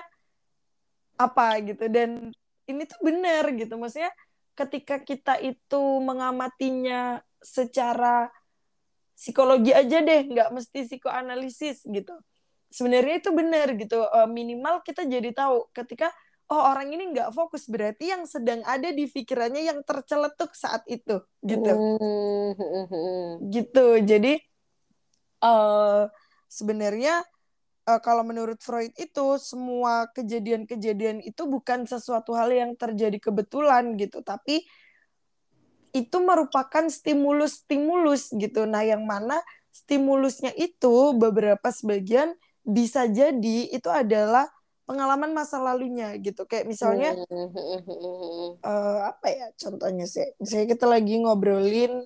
apa gitu, dan ini tuh benar gitu. Maksudnya ketika kita itu mengamatinya secara psikologi aja deh, nggak mesti psikoanalisis gitu, sebenarnya itu benar gitu. Minimal kita jadi tahu ketika oh orang ini nggak fokus, berarti yang sedang ada di pikirannya yang terceletuk saat itu gitu. Mm-hmm. Gitu. Jadi uh, sebenarnya Uh, kalau menurut Freud itu semua kejadian-kejadian itu bukan sesuatu hal yang terjadi kebetulan gitu, tapi itu merupakan stimulus-stimulus gitu. Nah, yang mana stimulusnya itu beberapa sebagian bisa jadi itu adalah pengalaman masa lalunya gitu. Kayak misalnya uh, apa ya contohnya sih? Misalnya kita lagi ngobrolin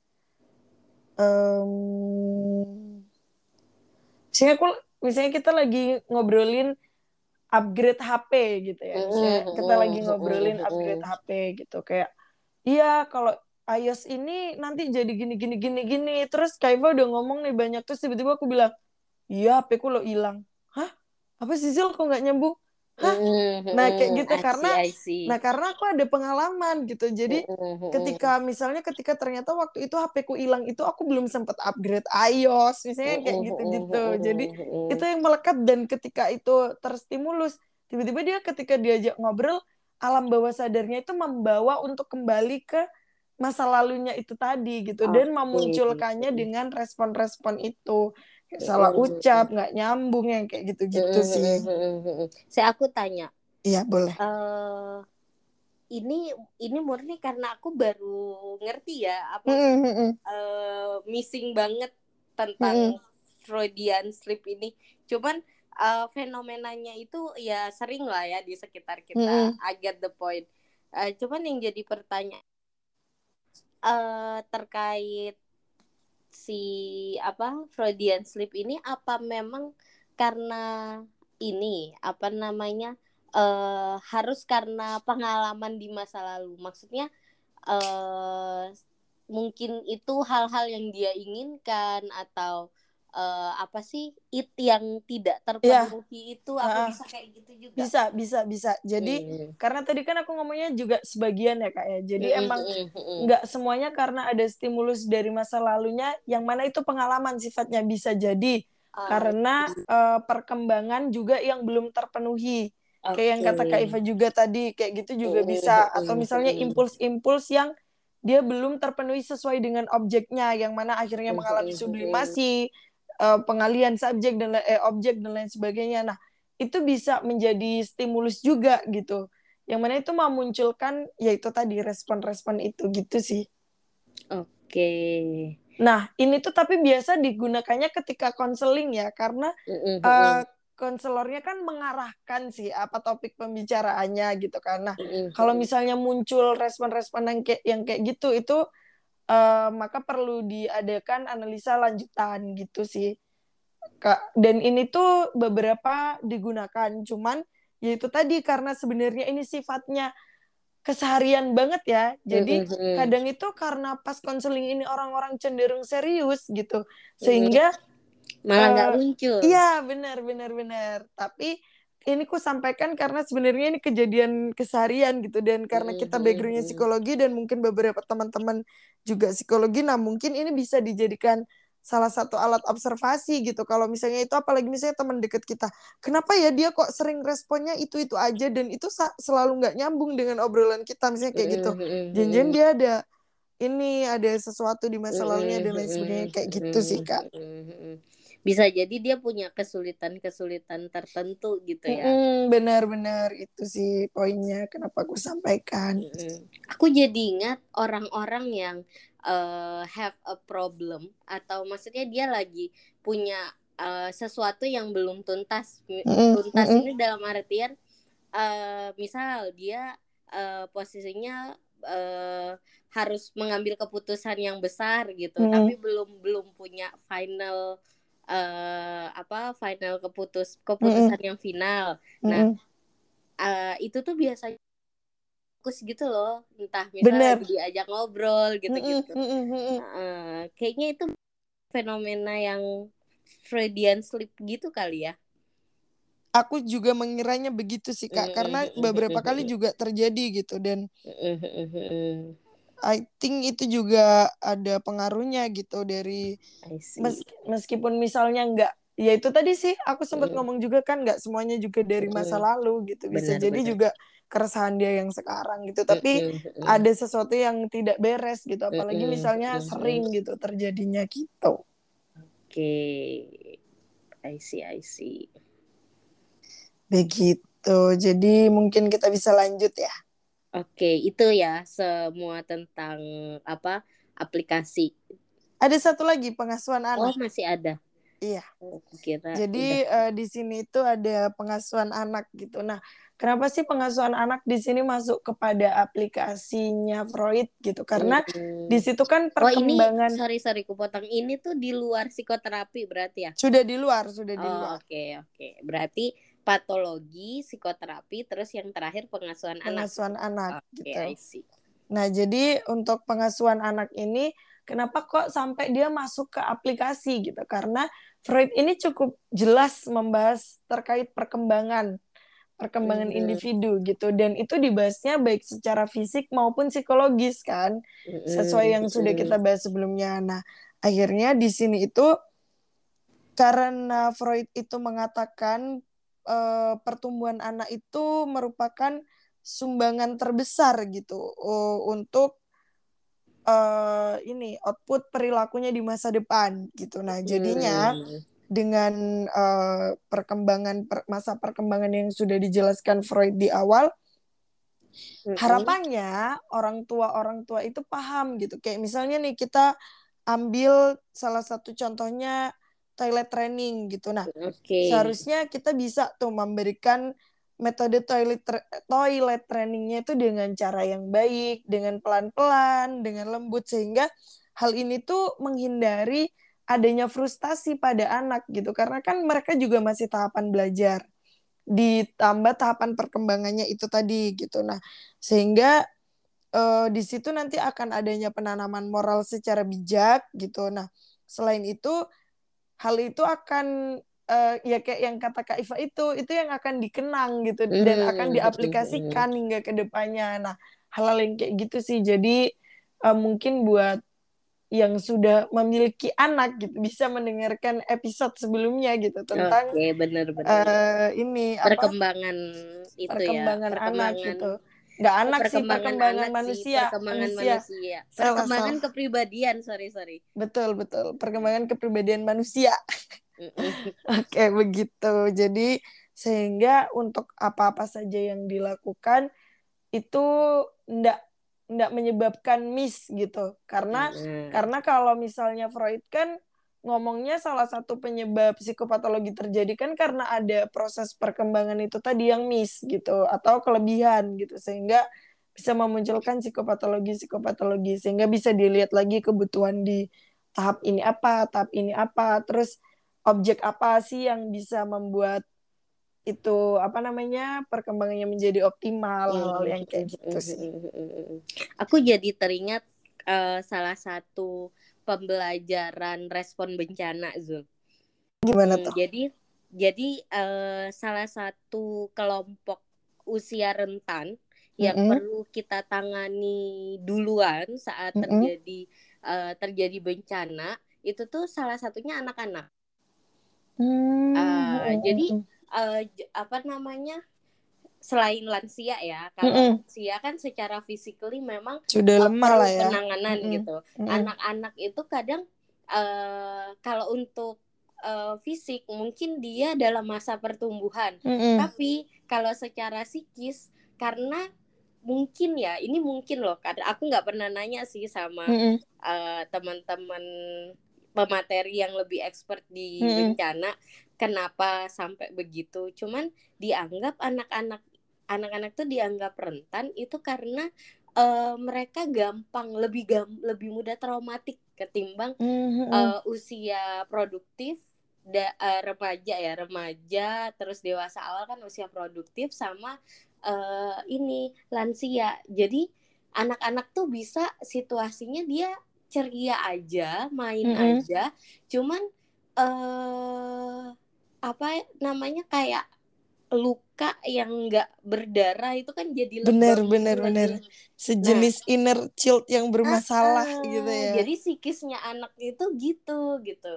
um, misalnya aku misalnya kita lagi ngobrolin upgrade H P gitu ya. Misalnya kita lagi ngobrolin upgrade H P gitu, kayak iya kalau iOS ini nanti jadi gini gini gini gini, terus Kaifa udah ngomong nih banyak, terus tiba-tiba aku bilang iya H P ku lo hilang. Hah? Apa sih Zil kok nggak nyambung? Hah? Nah kayak gitu, I karena see, I see. nah karena aku ada pengalaman gitu. Jadi ketika misalnya ketika ternyata waktu itu H P ku hilang itu aku belum sempat upgrade iOS misalnya kayak gitu-gitu. Jadi itu yang melekat, dan ketika itu terstimulus, tiba-tiba dia ketika diajak ngobrol, alam bawah sadarnya itu membawa untuk kembali ke masa lalunya itu tadi gitu, okay. Dan memunculkannya dengan respon-respon itu. Kayak salah ucap, nggak nyambung, yang kayak gitu-gitu sih. Saya aku tanya. Iya boleh. Uh, ini ini murni karena aku baru ngerti ya apa mm-hmm. uh, missing banget tentang mm-hmm. Freudian sleep ini. Cuman uh, fenomenanya itu ya sering lah ya di sekitar kita. Mm-hmm. I get the point. Uh, cuman yang jadi pertanyaan uh, terkait si apa Freudian sleep ini, apa memang karena ini apa namanya uh, harus karena pengalaman di masa lalu, maksudnya uh, mungkin itu hal-hal yang dia inginkan, atau uh, apa sih it yang tidak terpenuhi ya. Itu apa uh, bisa kayak gitu juga? Bisa, bisa, bisa. Jadi hmm. karena tadi kan aku ngomongnya juga sebagian ya Kak ya. Jadi hmm, emang nggak hmm. semuanya karena ada stimulus dari masa lalunya, yang mana itu pengalaman sifatnya, bisa jadi uh, karena uh, perkembangan juga yang belum terpenuhi. Kayak yang kata Kak Iva juga tadi, kayak gitu juga bisa. Atau misalnya impuls-impuls yang dia belum terpenuhi sesuai dengan objeknya, yang mana akhirnya mengalami sublimasi, uh, pengalian subjek dan eh, objek dan lain sebagainya. Nah, itu bisa menjadi stimulus juga gitu. Yang mana itu memunculkan, yaitu tadi respon-respon itu gitu sih. Oke. Nah, ini tuh tapi biasa digunakannya ketika konseling ya, karena uh, konselornya kan mengarahkan sih apa topik pembicaraannya gitu kan. Nah, kalau misalnya muncul respon-respon yang kayak yang kayak gitu itu uh, maka perlu diadakan analisa lanjutan gitu sih. Kak. Dan ini tuh beberapa digunakan, cuman yaitu tadi karena sebenarnya ini sifatnya keseharian banget ya. Jadi kadang itu karena pas konseling ini orang-orang cenderung serius gitu, sehingga malah nggak uh, muncul. Iya benar benar benar. Tapi ini ku sampaikan karena sebenarnya ini kejadian keseharian gitu, dan karena kita backgroundnya psikologi dan mungkin beberapa teman-teman juga psikologi, nah mungkin ini bisa dijadikan salah satu alat observasi gitu. Kalau misalnya itu, apalagi misalnya teman dekat kita, kenapa ya dia kok sering responnya itu itu aja dan itu selalu nggak nyambung dengan obrolan kita misalnya kayak gitu. Jangan-jangan dia ada ini ada sesuatu di masa lalunya dan lain sebagainya kayak gitu sih Kak. Bisa jadi dia punya kesulitan-kesulitan tertentu gitu ya. Benar-benar itu sih poinnya kenapa aku sampaikan. Aku jadi ingat orang-orang yang uh, have a problem, atau maksudnya dia lagi punya uh, sesuatu yang belum tuntas. Tuntas mm-mm. Ini dalam artian uh, misal dia uh, posisinya uh, harus mengambil keputusan yang besar gitu, mm-hmm. tapi belum belum punya final uh, apa final keputus keputusan mm-hmm. yang final. Nah, mm-hmm. uh, itu tuh biasanya fokus gitu loh, entah misalnya lagi diajak ngobrol gitu-gitu. Mm-hmm. Mm-hmm. Uh, kayaknya itu fenomena yang Freudian slip gitu kali ya. Aku juga mengiranya begitu sih Kak, karena beberapa kali juga terjadi gitu, dan I think itu juga ada pengaruhnya gitu dari mes, meskipun misalnya enggak, ya itu tadi sih aku sempat ngomong juga kan, enggak semuanya juga dari masa lalu gitu, bisa benar, jadi benar. Juga keresahan dia yang sekarang gitu, tapi ada sesuatu yang tidak beres gitu, apalagi misalnya sering gitu terjadinya gitu. Oke, okay. I see, I see. Begitu, jadi mungkin kita bisa lanjut ya. Oke, itu ya semua tentang apa aplikasi. Ada satu lagi, pengasuhan anak. Oh, masih ada. Iya. Oh, kira Jadi uh, di sini itu ada pengasuhan anak gitu. Nah, kenapa sih pengasuhan anak di sini masuk kepada aplikasinya Freud gitu? Karena hmm. di situ kan perkembangan. Oh, ini sorry sorry kupotong. Ini tuh di luar psikoterapi berarti ya? Sudah di luar, sudah di luar. Oh, oke okay, oke. Okay. Berarti patologi, psikoterapi, terus yang terakhir pengasuhan, pengasuhan anak. anak. Oke, gitu. I see. Nah, jadi untuk pengasuhan anak ini, kenapa kok sampai dia masuk ke aplikasi gitu? Karena Freud ini cukup jelas membahas terkait perkembangan, perkembangan mm-hmm. individu gitu. Dan itu dibahasnya baik secara fisik maupun psikologis kan, mm-hmm. sesuai yang sudah kita bahas sebelumnya. Nah, akhirnya di sini itu, karena Freud itu mengatakan Uh, pertumbuhan anak itu merupakan sumbangan terbesar gitu uh, untuk uh, ini output perilakunya di masa depan gitu. Nah, jadinya hmm. dengan uh, perkembangan per, masa perkembangan yang sudah dijelaskan Freud di awal, hmm. harapannya orang tua orang tua itu paham gitu. Kayak misalnya nih kita ambil salah satu contohnya toilet training gitu. Nah, okay. seharusnya kita bisa tuh memberikan metode toilet toilet trainingnya itu dengan cara yang baik, dengan pelan-pelan, dengan lembut, sehingga hal ini tuh menghindari adanya frustasi pada anak gitu. Karena kan mereka juga masih tahapan belajar, ditambah tahapan perkembangannya itu tadi gitu. Nah, sehingga uh, di situ nanti akan adanya penanaman moral secara bijak gitu. Nah, selain itu hal itu akan uh, ya kayak yang kata Kak Iva itu, itu yang akan dikenang gitu dan akan diaplikasikan hingga ke depannya. Nah, hal-hal yang kayak gitu sih. Jadi uh, mungkin buat yang sudah memiliki anak gitu bisa mendengarkan episode sebelumnya gitu tentang Oke, bener-bener. uh, ini apa Perkembangan itu ya, perkembangan anak perkembangan gitu. Nggak oh, anak sih, perkembangan perkembangan anak sih, manusia, perkembangan manusia. manusia, Salah, perkembangan salah. kepribadian, sorry sorry. Betul, betul. Perkembangan kepribadian manusia. Mm-mm. Oke, begitu. Jadi sehingga untuk apa-apa saja yang dilakukan itu ndak ndak menyebabkan miss gitu. Karena Mm-mm. karena kalau misalnya Freud kan ngomongnya salah satu penyebab psikopatologi terjadi kan karena ada proses perkembangan itu tadi yang miss gitu atau kelebihan gitu sehingga bisa memunculkan psikopatologi psikopatologi sehingga bisa dilihat lagi kebutuhan di tahap ini apa, tahap ini apa, terus objek apa sih yang bisa membuat itu apa namanya perkembangannya menjadi optimal, hal-hal yang kayak gitu sih. Aku jadi teringat uh, salah satu pembelajaran respon bencana, Zul. Gimana Hmm, tuh? jadi jadi uh, salah satu kelompok usia rentan yang Mm-mm. perlu kita tangani duluan saat Mm-mm. terjadi uh, terjadi bencana itu tuh salah satunya anak-anak. Mm-hmm. Uh, jadi uh, apa namanya? Selain lansia ya, kalau Mm-mm. lansia kan secara physically memang sudah uh, lemah perlu lah ya. penanganan Mm-mm. gitu. Mm-mm. Anak-anak itu kadang uh, kalau untuk uh, fisik mungkin dia dalam masa pertumbuhan, Mm-mm. tapi kalau secara psikis karena mungkin ya ini mungkin loh, karena aku nggak pernah nanya sih sama uh, teman-teman pemateri yang lebih expert di Mm-mm. bencana kenapa sampai begitu. Cuman dianggap anak-anak anak-anak tuh dianggap rentan itu karena uh, mereka gampang lebih gam, lebih mudah traumatik ketimbang mm-hmm. uh, usia produktif da, uh, remaja ya remaja terus dewasa awal kan usia produktif sama uh, ini lansia. Jadi anak-anak tuh bisa situasinya dia ceria aja, main mm-hmm. aja, cuman uh, apa namanya kayak luka yang nggak berdarah itu kan jadi lebam. Bener bener bener. Sejenis nah, inner child yang bermasalah uh, uh, gitu ya. Jadi psikisnya anak itu gitu gitu.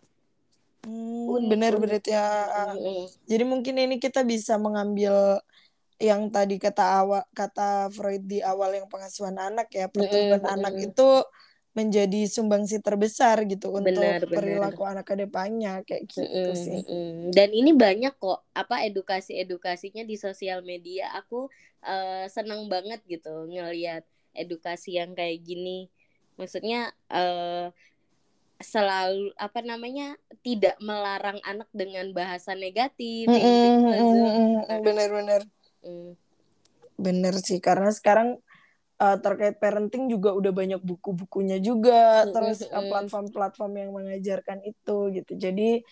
Hmm, bener berarti ya. Uh, jadi mungkin ini kita bisa mengambil yang tadi kata awal kata Freud di awal yang pengasuhan anak ya pertumbuhan mm-hmm. anak itu menjadi sumbangsi terbesar gitu bener, untuk perilaku bener. Anak ke depannya kayak gitu mm-hmm. sih. Dan ini banyak kok apa edukasi-edukasinya di sosial media. Aku uh, senang banget gitu ngelihat edukasi yang kayak gini. Maksudnya uh, selalu apa namanya tidak melarang anak dengan bahasa negatif. Mm-hmm. Mm-hmm. Bener-bener. Mm. Bener sih karena sekarang Uh, terkait parenting juga udah banyak buku-bukunya juga, mm-hmm. terus uh, platform-platform yang mengajarkan itu gitu. Jadi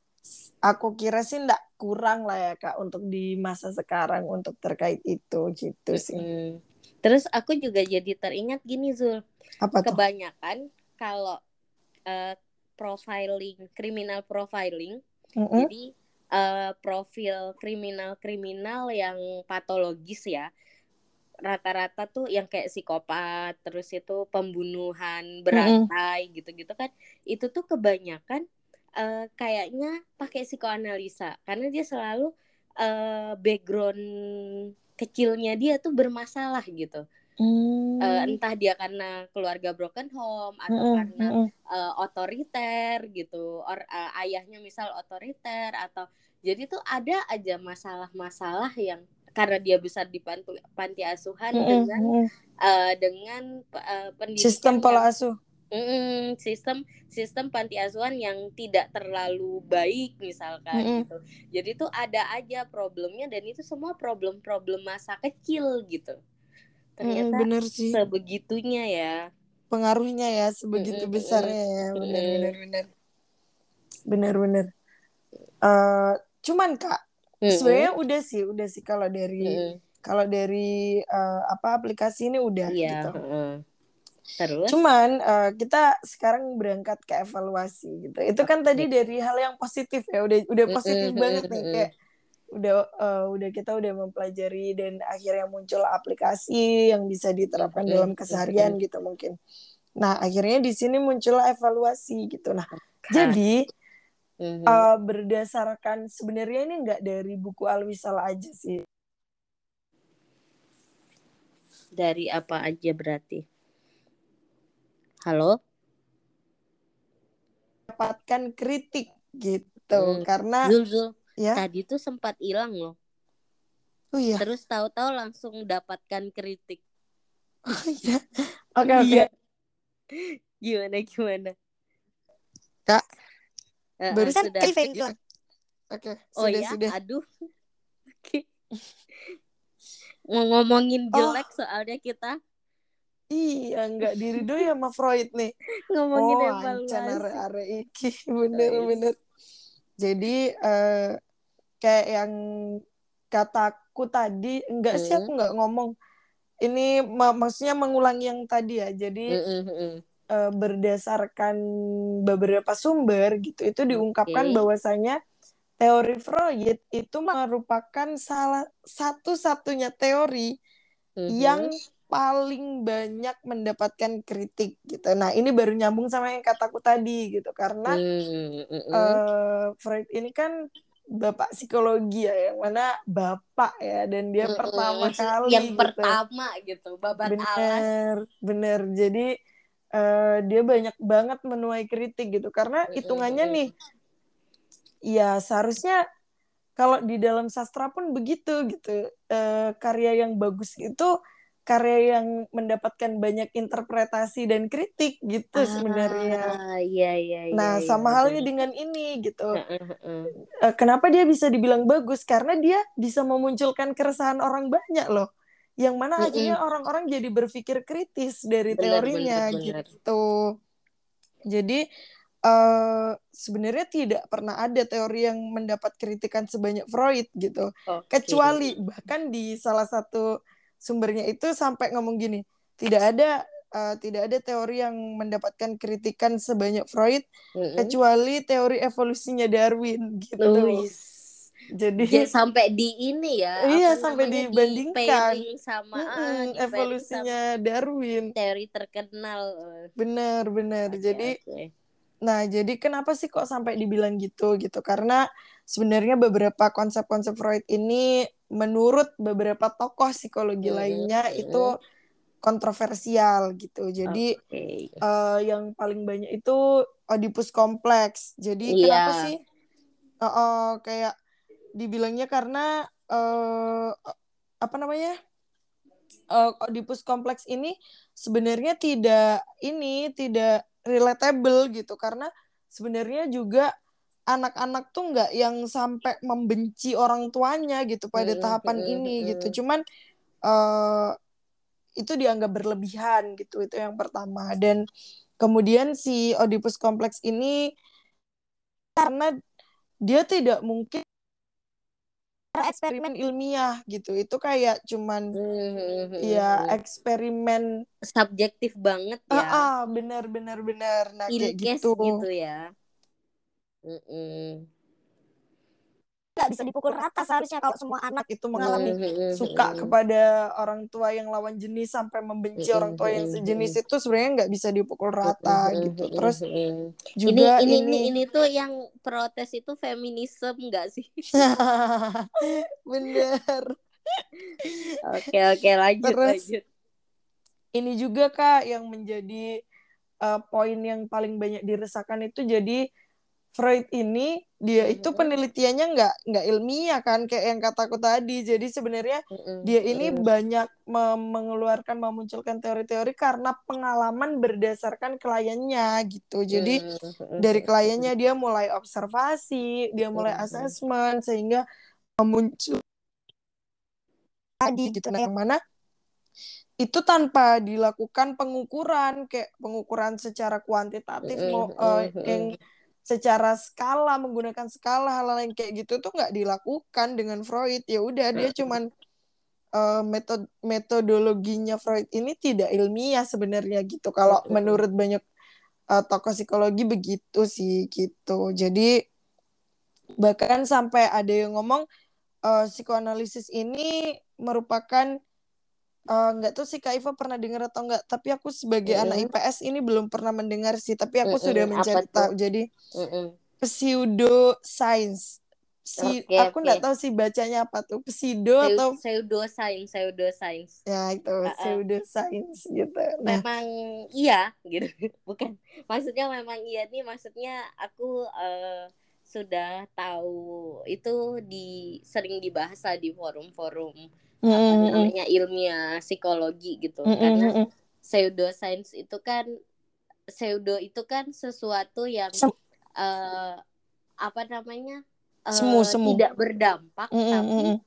aku kira sih enggak kurang lah ya Kak untuk di masa sekarang untuk terkait itu gitu sih. Mm-hmm. Terus aku juga jadi teringat gini Zul. Apa tuh? Kebanyakan kalau uh, profiling, criminal profiling, mm-hmm. jadi uh, profil kriminal-kriminal yang patologis ya. Rata-rata tuh yang kayak psikopat, terus itu pembunuhan berantai mm-hmm. gitu-gitu kan, itu tuh kebanyakan uh, kayaknya pakai psikoanalisa karena dia selalu uh, background kecilnya dia tuh bermasalah gitu. Mm. Uh, entah dia karena keluarga broken home atau mm-hmm. karena uh, otoriter gitu, or uh, ayahnya misal otoriter atau jadi tuh ada aja masalah-masalah yang karena dia besar di panti, panti asuhan mm-hmm. dengan uh, dengan uh, pendidikan sistem pola asuh, mm, sistem sistem panti asuhan yang tidak terlalu baik misalkan mm-hmm. gitu. Jadi tuh ada aja problemnya dan itu semua problem-problem masa kecil gitu. Ternyata mm, bener sih. Sebegitunya ya. Pengaruhnya ya sebegitu mm-hmm. besarnya ya. Bener-bener bener. Bener-bener. Uh, cuman Kak Mm-hmm. sebenarnya udah sih, udah sih kalau dari mm-hmm. kalau dari uh, apa aplikasi ini udah yeah. gitu. Mm-hmm. Terus? Cuman uh, kita sekarang berangkat ke evaluasi gitu. Itu kan tadi dari hal yang positif ya, udah udah positif mm-hmm. banget nih kayak udah uh, udah kita udah mempelajari dan akhirnya muncul aplikasi yang bisa diterapkan mm-hmm. dalam keseharian mm-hmm. gitu mungkin. Nah, akhirnya di sini muncul evaluasi gitu. Nah, Kan. jadi Mhm. uh, berdasarkan sebenarnya ini nggak dari buku Alwisala aja sih. Dari apa aja berarti? Halo? Dapatkan kritik gitu. Mm. Karena Zul, Zul, ya, tadi tuh sempat hilang loh. oh iya, Terus tahu-tahu langsung dapatkan kritik. oh iya. Oke, oke. Iya. Gimana gimana? Kak, Uh-uh, barusan sudah. kritik ya. Oke, Oh sudah, ya, sudah. aduh. Mau ngomongin Oh, jelek soalnya kita iya, nggak dirido ya sama Freud nih. ngomongin Oh, ancan evaluasi. are-are iki. Guys. Bener-bener. Jadi, eh, kayak yang kataku tadi, enggak sih Mm, aku nggak ngomong. Ini mak- maksudnya mengulangi yang tadi ya. Jadi, mm, mm, mm. eh, berdasarkan beberapa sumber gitu, itu diungkapkan Oke. bahwasanya teori Freud itu merupakan salah satu-satunya teori Mhm. yang paling banyak mendapatkan kritik gitu. Nah, ini baru nyambung sama yang kataku tadi gitu, karena Mm, mm, mm. uh, Freud ini kan bapak psikologi ya, yang mana bapak ya, dan dia Mm-mm. pertama Maksud yang kali gitu. pertama gitu, babat alas. Bener, bener. Jadi uh, dia banyak banget menuai kritik gitu, karena Mm, hitungannya nih, mm, ya seharusnya kalau di dalam sastra pun begitu gitu. Eh, karya yang bagus itu karya yang mendapatkan banyak interpretasi dan kritik gitu sebenarnya. ah, iya iya iya Nah, iya sama benar. halnya dengan ini gitu. Heeh, heeh. Eh, kenapa dia bisa dibilang bagus? Karena dia bisa memunculkan keresahan orang banyak loh. Yang mana Mm-mm. akhirnya orang-orang jadi berpikir kritis dari Benar benar teorinya benar. gitu. Jadi uh, sebenarnya tidak pernah ada teori yang mendapat kritikan sebanyak Freud gitu. Oke. Kecuali bahkan di salah satu sumbernya itu sampai ngomong gini, tidak ada uh, tidak ada teori yang mendapatkan kritikan sebanyak Freud Mm-mm. kecuali teori evolusinya Darwin gitu. Luis. Ja- Jadi sampai di ini ya, iya, apa sampai namanya, di dibandingkan. pairing sama ah Mm-mm, di pairing sama evolusinya Darwin. teori terkenal. Benar-benar. Oke Jadi oke. Nah, jadi kenapa sih kok sampai dibilang gitu gitu? Karena sebenarnya beberapa konsep-konsep Freud ini menurut beberapa tokoh psikologi Mm-mm, lainnya itu mm-mm. kontroversial gitu. Jadi Oke. eh, yang paling banyak itu Oedipus kompleks. Jadi Iya. kenapa sih eh, eh, kayak dibilangnya karena eh, apa namanya? eh, Oedipus kompleks ini sebenarnya tidak ini tidak relatable gitu, karena sebenarnya juga anak-anak tuh nggak yang sampai membenci orang tuanya gitu pada Mm-mm, tahapan mm-mm, ini mm-mm. gitu. Cuman eh, itu dianggap berlebihan gitu, itu yang pertama. Dan kemudian si Oedipus kompleks ini karena dia tidak mungkin eksperimen ilmiah gitu, itu kayak cuman ya Mm-mm. eksperimen. Subjektif banget Ah, ya, ah, benar benar benar. Nah, in kayak case gitu. gitu ya. Mm-mm. Nggak bisa dipukul rata seharusnya kalau semua anak itu mengalami suka Mm-mm. kepada orang tua yang lawan jenis sampai membenci orang tua yang Mm-mm. sejenis, itu sebenarnya nggak bisa dipukul rata gitu. Terus Mm-mm. Ini juga ini ini ini ini tuh yang protes itu feminisme enggak sih? bener. Oke oke, lanjut Terus lanjut. ini juga Kak yang menjadi uh, poin yang paling banyak diresahkan itu, jadi Freud ini dia itu Mm-mm. penelitiannya nggak nggak ilmiah kan, kayak yang kataku tadi. Jadi sebenarnya Mm-mm. dia ini Mm-mm. banyak mengeluarkan memunculkan teori-teori karena pengalaman berdasarkan kliennya gitu. Jadi dari Mm-mm. kliennya dia mulai observasi, dia mulai Mm-mm. asesmen, sehingga memuncul tadi gitu. Nah, yang mana itu tanpa dilakukan pengukuran, kayak pengukuran secara kuantitatif mau uh, yang Mm-mm. secara skala, menggunakan skala, hal-hal yang kayak gitu tuh nggak dilakukan dengan Freud. Ya udah, dia cuman uh, metode metodologinya Freud ini tidak ilmiah sebenarnya gitu, kalau Mm-mm. menurut banyak uh, tokoh psikologi begitu sih gitu. Jadi bahkan sampai ada yang ngomong uh, psikoanalisis ini merupakan Uh, nggak tahu sih Kak Iva pernah dengar atau enggak, tapi aku sebagai anak Mm-mm. I P S ini belum pernah mendengar sih, tapi aku sudah Mm-mm. Apa mencari tuh? tahu. Jadi Mm-mm. pseudoscience. Si Oke, aku oke. nggak tahu sih bacanya apa tuh, pseudo Seu- atau Pseudoscience, pseudoscience. ya itu Uh-uh. pseudoscience gitu. Nah, Memang iya gitu. Bukan. Maksudnya memang iya nih, maksudnya aku eh, sudah tahu itu di sering dibahas lah di forum-forum mm, apa mm, mm, namanya ilmiah psikologi mm, gitu. mm, Karena mm, mm. pseudoscience itu kan pseudo itu kan sesuatu yang Sem- eh, apa namanya semu eh, semu. tidak berdampak Mm, mm, mm, tapi mm.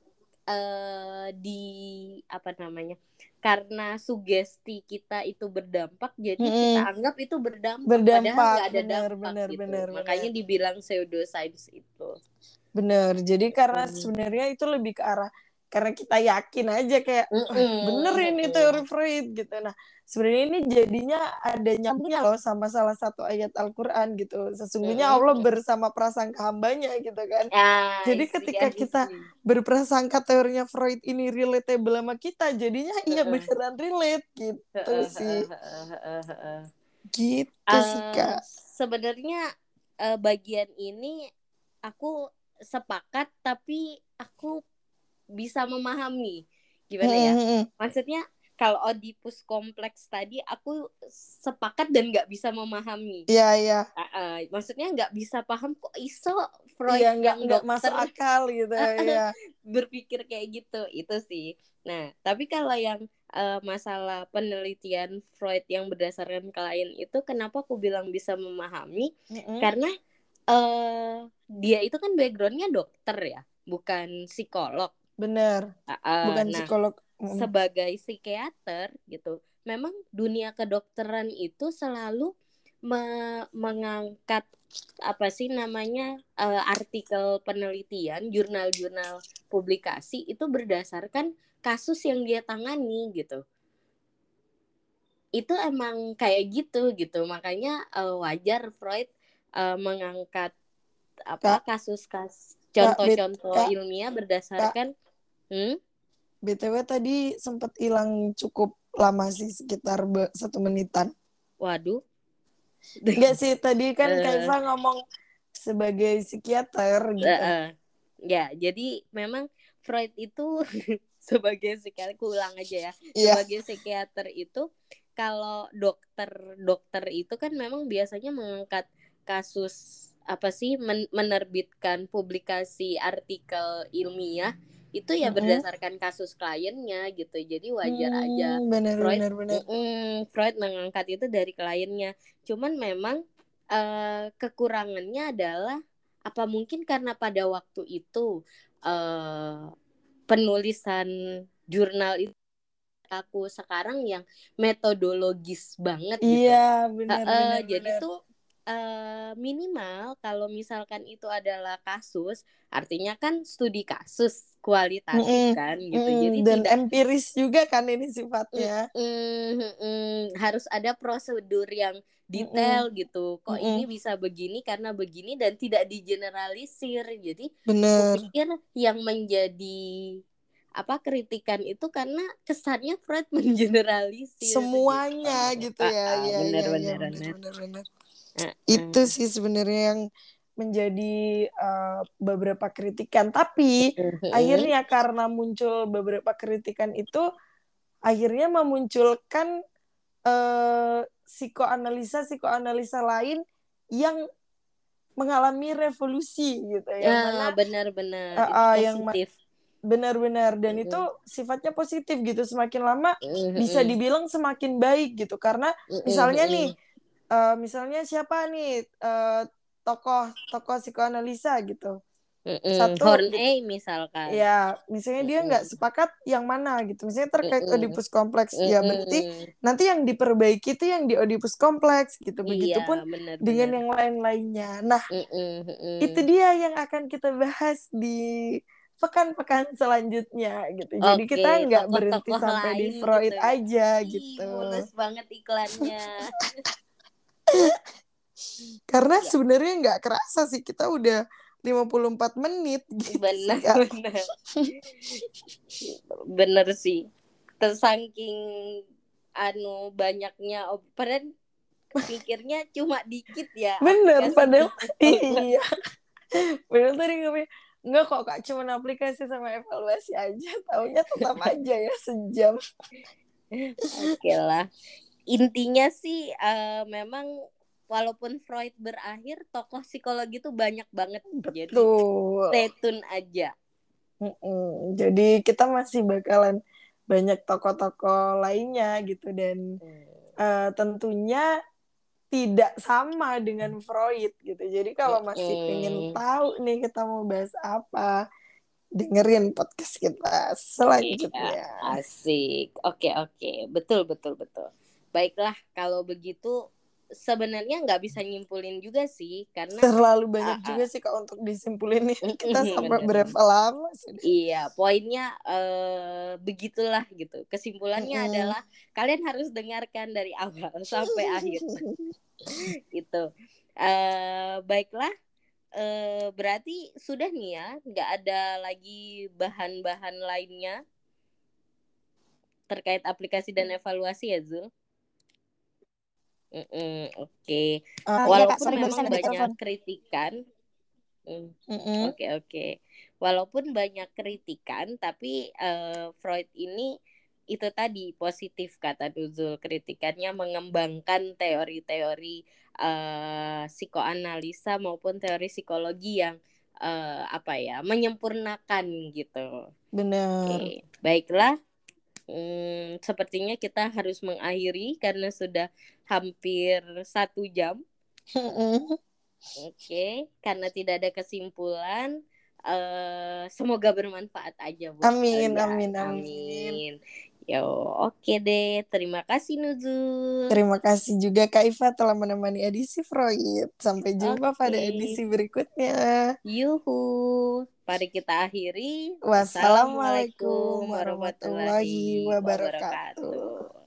eh, di apa namanya karena sugesti kita itu berdampak Mm, jadi kita mm. anggap itu berdampak padahal Berdampak, nggak ada benar dampak benar gitu benar benar. makanya dibilang pseudoscience itu. Bener, jadi karena Hmm. sebenarnya itu lebih ke arah karena kita yakin aja kayak wah bener Mm-mm, ini teori mm-mm. Freud gitu. Nah sebenarnya ini jadinya ada nyambungnya loh sama salah satu ayat Al-Quran gitu. Sesungguhnya Allah Mm-mm. bersama prasangka hambanya gitu kan. I Jadi see, ketika I kita see. berprasangka teorinya Freud ini relatable sama kita, jadinya iya Heeh. beneran relate gitu Heeh, sih. heeh, heeh, heeh, heeh. Gitu sih Eh, Kak. sebenarnya eh, bagian ini aku sepakat tapi aku bisa memahami gimana ya Mm-mm. maksudnya kalau Oedipus kompleks tadi aku sepakat dan nggak bisa memahami. Iya, iya. Uh, uh, maksudnya nggak bisa paham kok iso Iya, Freud nggak yang nggak masuk dokter akal gitu ya. berpikir kayak gitu itu sih. Nah tapi kalau yang uh, masalah penelitian Freud yang berdasarkan klien itu kenapa aku bilang bisa memahami Mm-mm. karena uh, dia itu kan backgroundnya dokter ya bukan psikolog. Bener, Uh, uh, bukan nah psikolog. Mm. sebagai psikiater gitu memang dunia kedokteran itu selalu me- mengangkat apa sih namanya uh, artikel penelitian jurnal-jurnal publikasi itu berdasarkan kasus yang dia tangani gitu itu emang kayak gitu gitu makanya uh, wajar Freud uh, mengangkat apa Kak, kasus-kasus Kak, bet, contoh-contoh Kak, ilmiah Kak, berdasarkan hmm? B T W tadi sempat hilang cukup lama sih, sekitar be- satu menitan. Waduh. Enggak sih, tadi kan Kak uh, Iva ngomong sebagai psikiater gitu. uh, ya jadi memang Freud itu sebagai psikiater aku ulang aja ya Iya, sebagai psikiater itu kalau dokter dokter itu kan memang biasanya mengangkat kasus apa sih men- menerbitkan publikasi artikel ilmiah itu ya mm-mm. berdasarkan kasus kliennya gitu jadi wajar aja Hmm, bener, Freud bener, bener. mm-mm, Freud mengangkat itu dari kliennya cuman memang eh, kekurangannya adalah apa mungkin karena pada waktu itu eh, penulisan jurnal itu aku sekarang yang metodologis banget Iya, gitu. bener, Heeh, bener, jadi bener. tuh eh, minimal kalau misalkan itu adalah kasus, artinya kan studi kasus kualitatif Mm-mm, kan gitu. mm-mm. Jadi Dan tidak empiris juga kan ini mm, sifatnya. mm, mm, harus ada prosedur yang Mm-mm, detail gitu. Kok mm-mm. ini bisa begini karena begini dan tidak digeneralisir. Jadi Bener. kupikir yang menjadi apa kritikan itu karena kesannya Freud mengeneralisir gitu. Semuanya gitu Ah, ya, ah, iya, benar iya, iya, benar bener, benar. bener, bener. Ah, Itu ah. sih sebenarnya yang menjadi uh, beberapa kritikan. Tapi Mhm. akhirnya karena muncul beberapa kritikan itu, akhirnya memunculkan uh, psikoanalisa psikoanalisa lain yang mengalami revolusi gitu, yang Ya mana benar-benar uh, itu uh, yang ma- positif. benar-benar, dan itu Mhm. sifatnya positif gitu, semakin lama bisa Mhm. dibilang semakin baik gitu, karena Mhm. misalnya nih Mhm. uh, misalnya siapa nih uh, tokoh tokoh psikoanalisa gitu, Mhm. satu gitu Horney misalkan. ya, misalnya dia nggak Mhm. sepakat yang mana gitu, misalnya terkait Mhm. Oedipus kompleks, ya berarti Mhm. nanti yang diperbaiki itu yang di Oedipus kompleks gitu, Iya, begitupun dengan benar-benar. yang lain-lainnya. Nah Mhm. itu Mhm. dia yang akan kita bahas di pekan-pekan selanjutnya gitu. Jadi Oke, kita nggak berhenti tokoh-tokoh sampai di lain gitu Freud ya. aja Ih, gitu. mulus banget iklannya. Karena Ya, sebenarnya nggak kerasa sih, kita udah lima puluh empat menit gitu sih Kak. benar-benar. Bener sih. tersangking anu banyaknya padahal pikirnya cuma dikit ya. Bener, padahal evaluasi. iya. Padahal tadi ngapain? Enggak kok Kak, cuma aplikasi sama evaluasi aja. Taunya tetap aja ya sejam. Oke lah. Intinya sih uh, memang walaupun Freud berakhir, tokoh psikologi tuh banyak banget. Jadi Betul. stay tune aja. Mm-mm. Jadi kita masih bakalan banyak tokoh-tokoh lainnya gitu dan hmm. uh, tentunya tidak sama dengan Freud gitu. Jadi kalau masih mm. pengen tahu nih kita mau bahas apa, dengerin podcast kita selanjutnya. Iya, asik. Oke oke, betul betul betul. Baiklah kalau begitu. Sebenarnya nggak bisa nyimpulin juga sih karena terlalu banyak uh, juga sih Kak untuk disimpulin nih. Kita sampai berapa lama sih? Iya, poinnya uh, begitulah gitu. Kesimpulannya mm-hmm. adalah kalian harus dengarkan dari awal sampai akhir. Gitu. Uh, baiklah, uh, berarti sudah nih ya, nggak ada lagi bahan-bahan lainnya terkait aplikasi dan evaluasi ya Zul? Oke, okay. uh, walaupun ya, Kak, sorry, memang banyak kritikan, oke mm, mm-hmm. oke, okay, okay. Walaupun banyak kritikan, tapi uh, Freud ini itu tadi positif kata Nuzul, kritikannya mengembangkan teori-teori uh, psikoanalisa maupun teori psikologi yang uh, apa ya menyempurnakan gitu. Benar. Okay. Baiklah. Hmm, sepertinya kita harus mengakhiri karena sudah hampir satu jam. Oke, okay. Karena tidak ada kesimpulan, uh, semoga bermanfaat aja buat amin, kalian. Amin, amin, amin. Yo, oke okay deh. Terima kasih Nuzul. Terima kasih juga Kak Iva telah menemani edisi Freud. Sampai jumpa okay. pada edisi berikutnya. Yuhu. Mari kita akhiri. Wassalamualaikum warahmatullahi wabarakatuh.